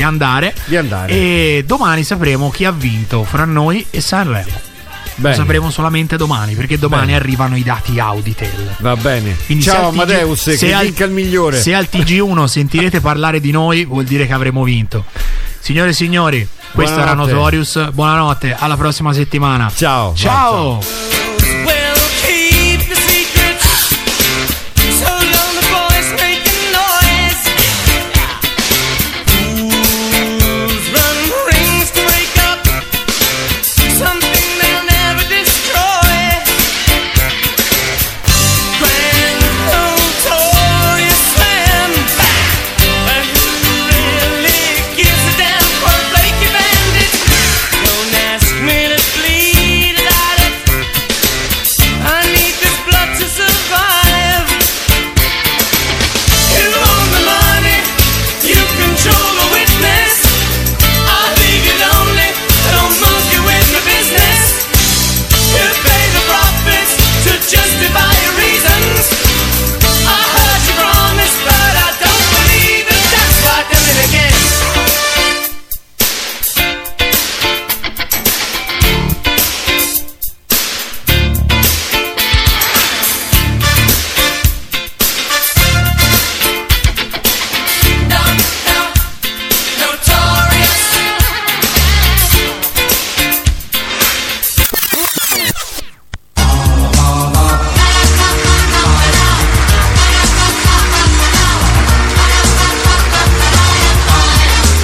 E domani sapremo chi ha vinto fra noi e Sanremo. Lo sapremo solamente domani, perché domani arrivano i dati Auditel. Va bene. Quindi ciao Amadeus, che vinca il migliore. Se al TG1 sentirete parlare di noi, vuol dire che avremo vinto. Signore e signori, questo era Notorious. Buonanotte, alla prossima settimana. Ciao.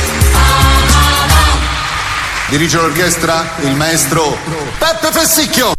Dirige l'orchestra il maestro Peppe Fessicchio.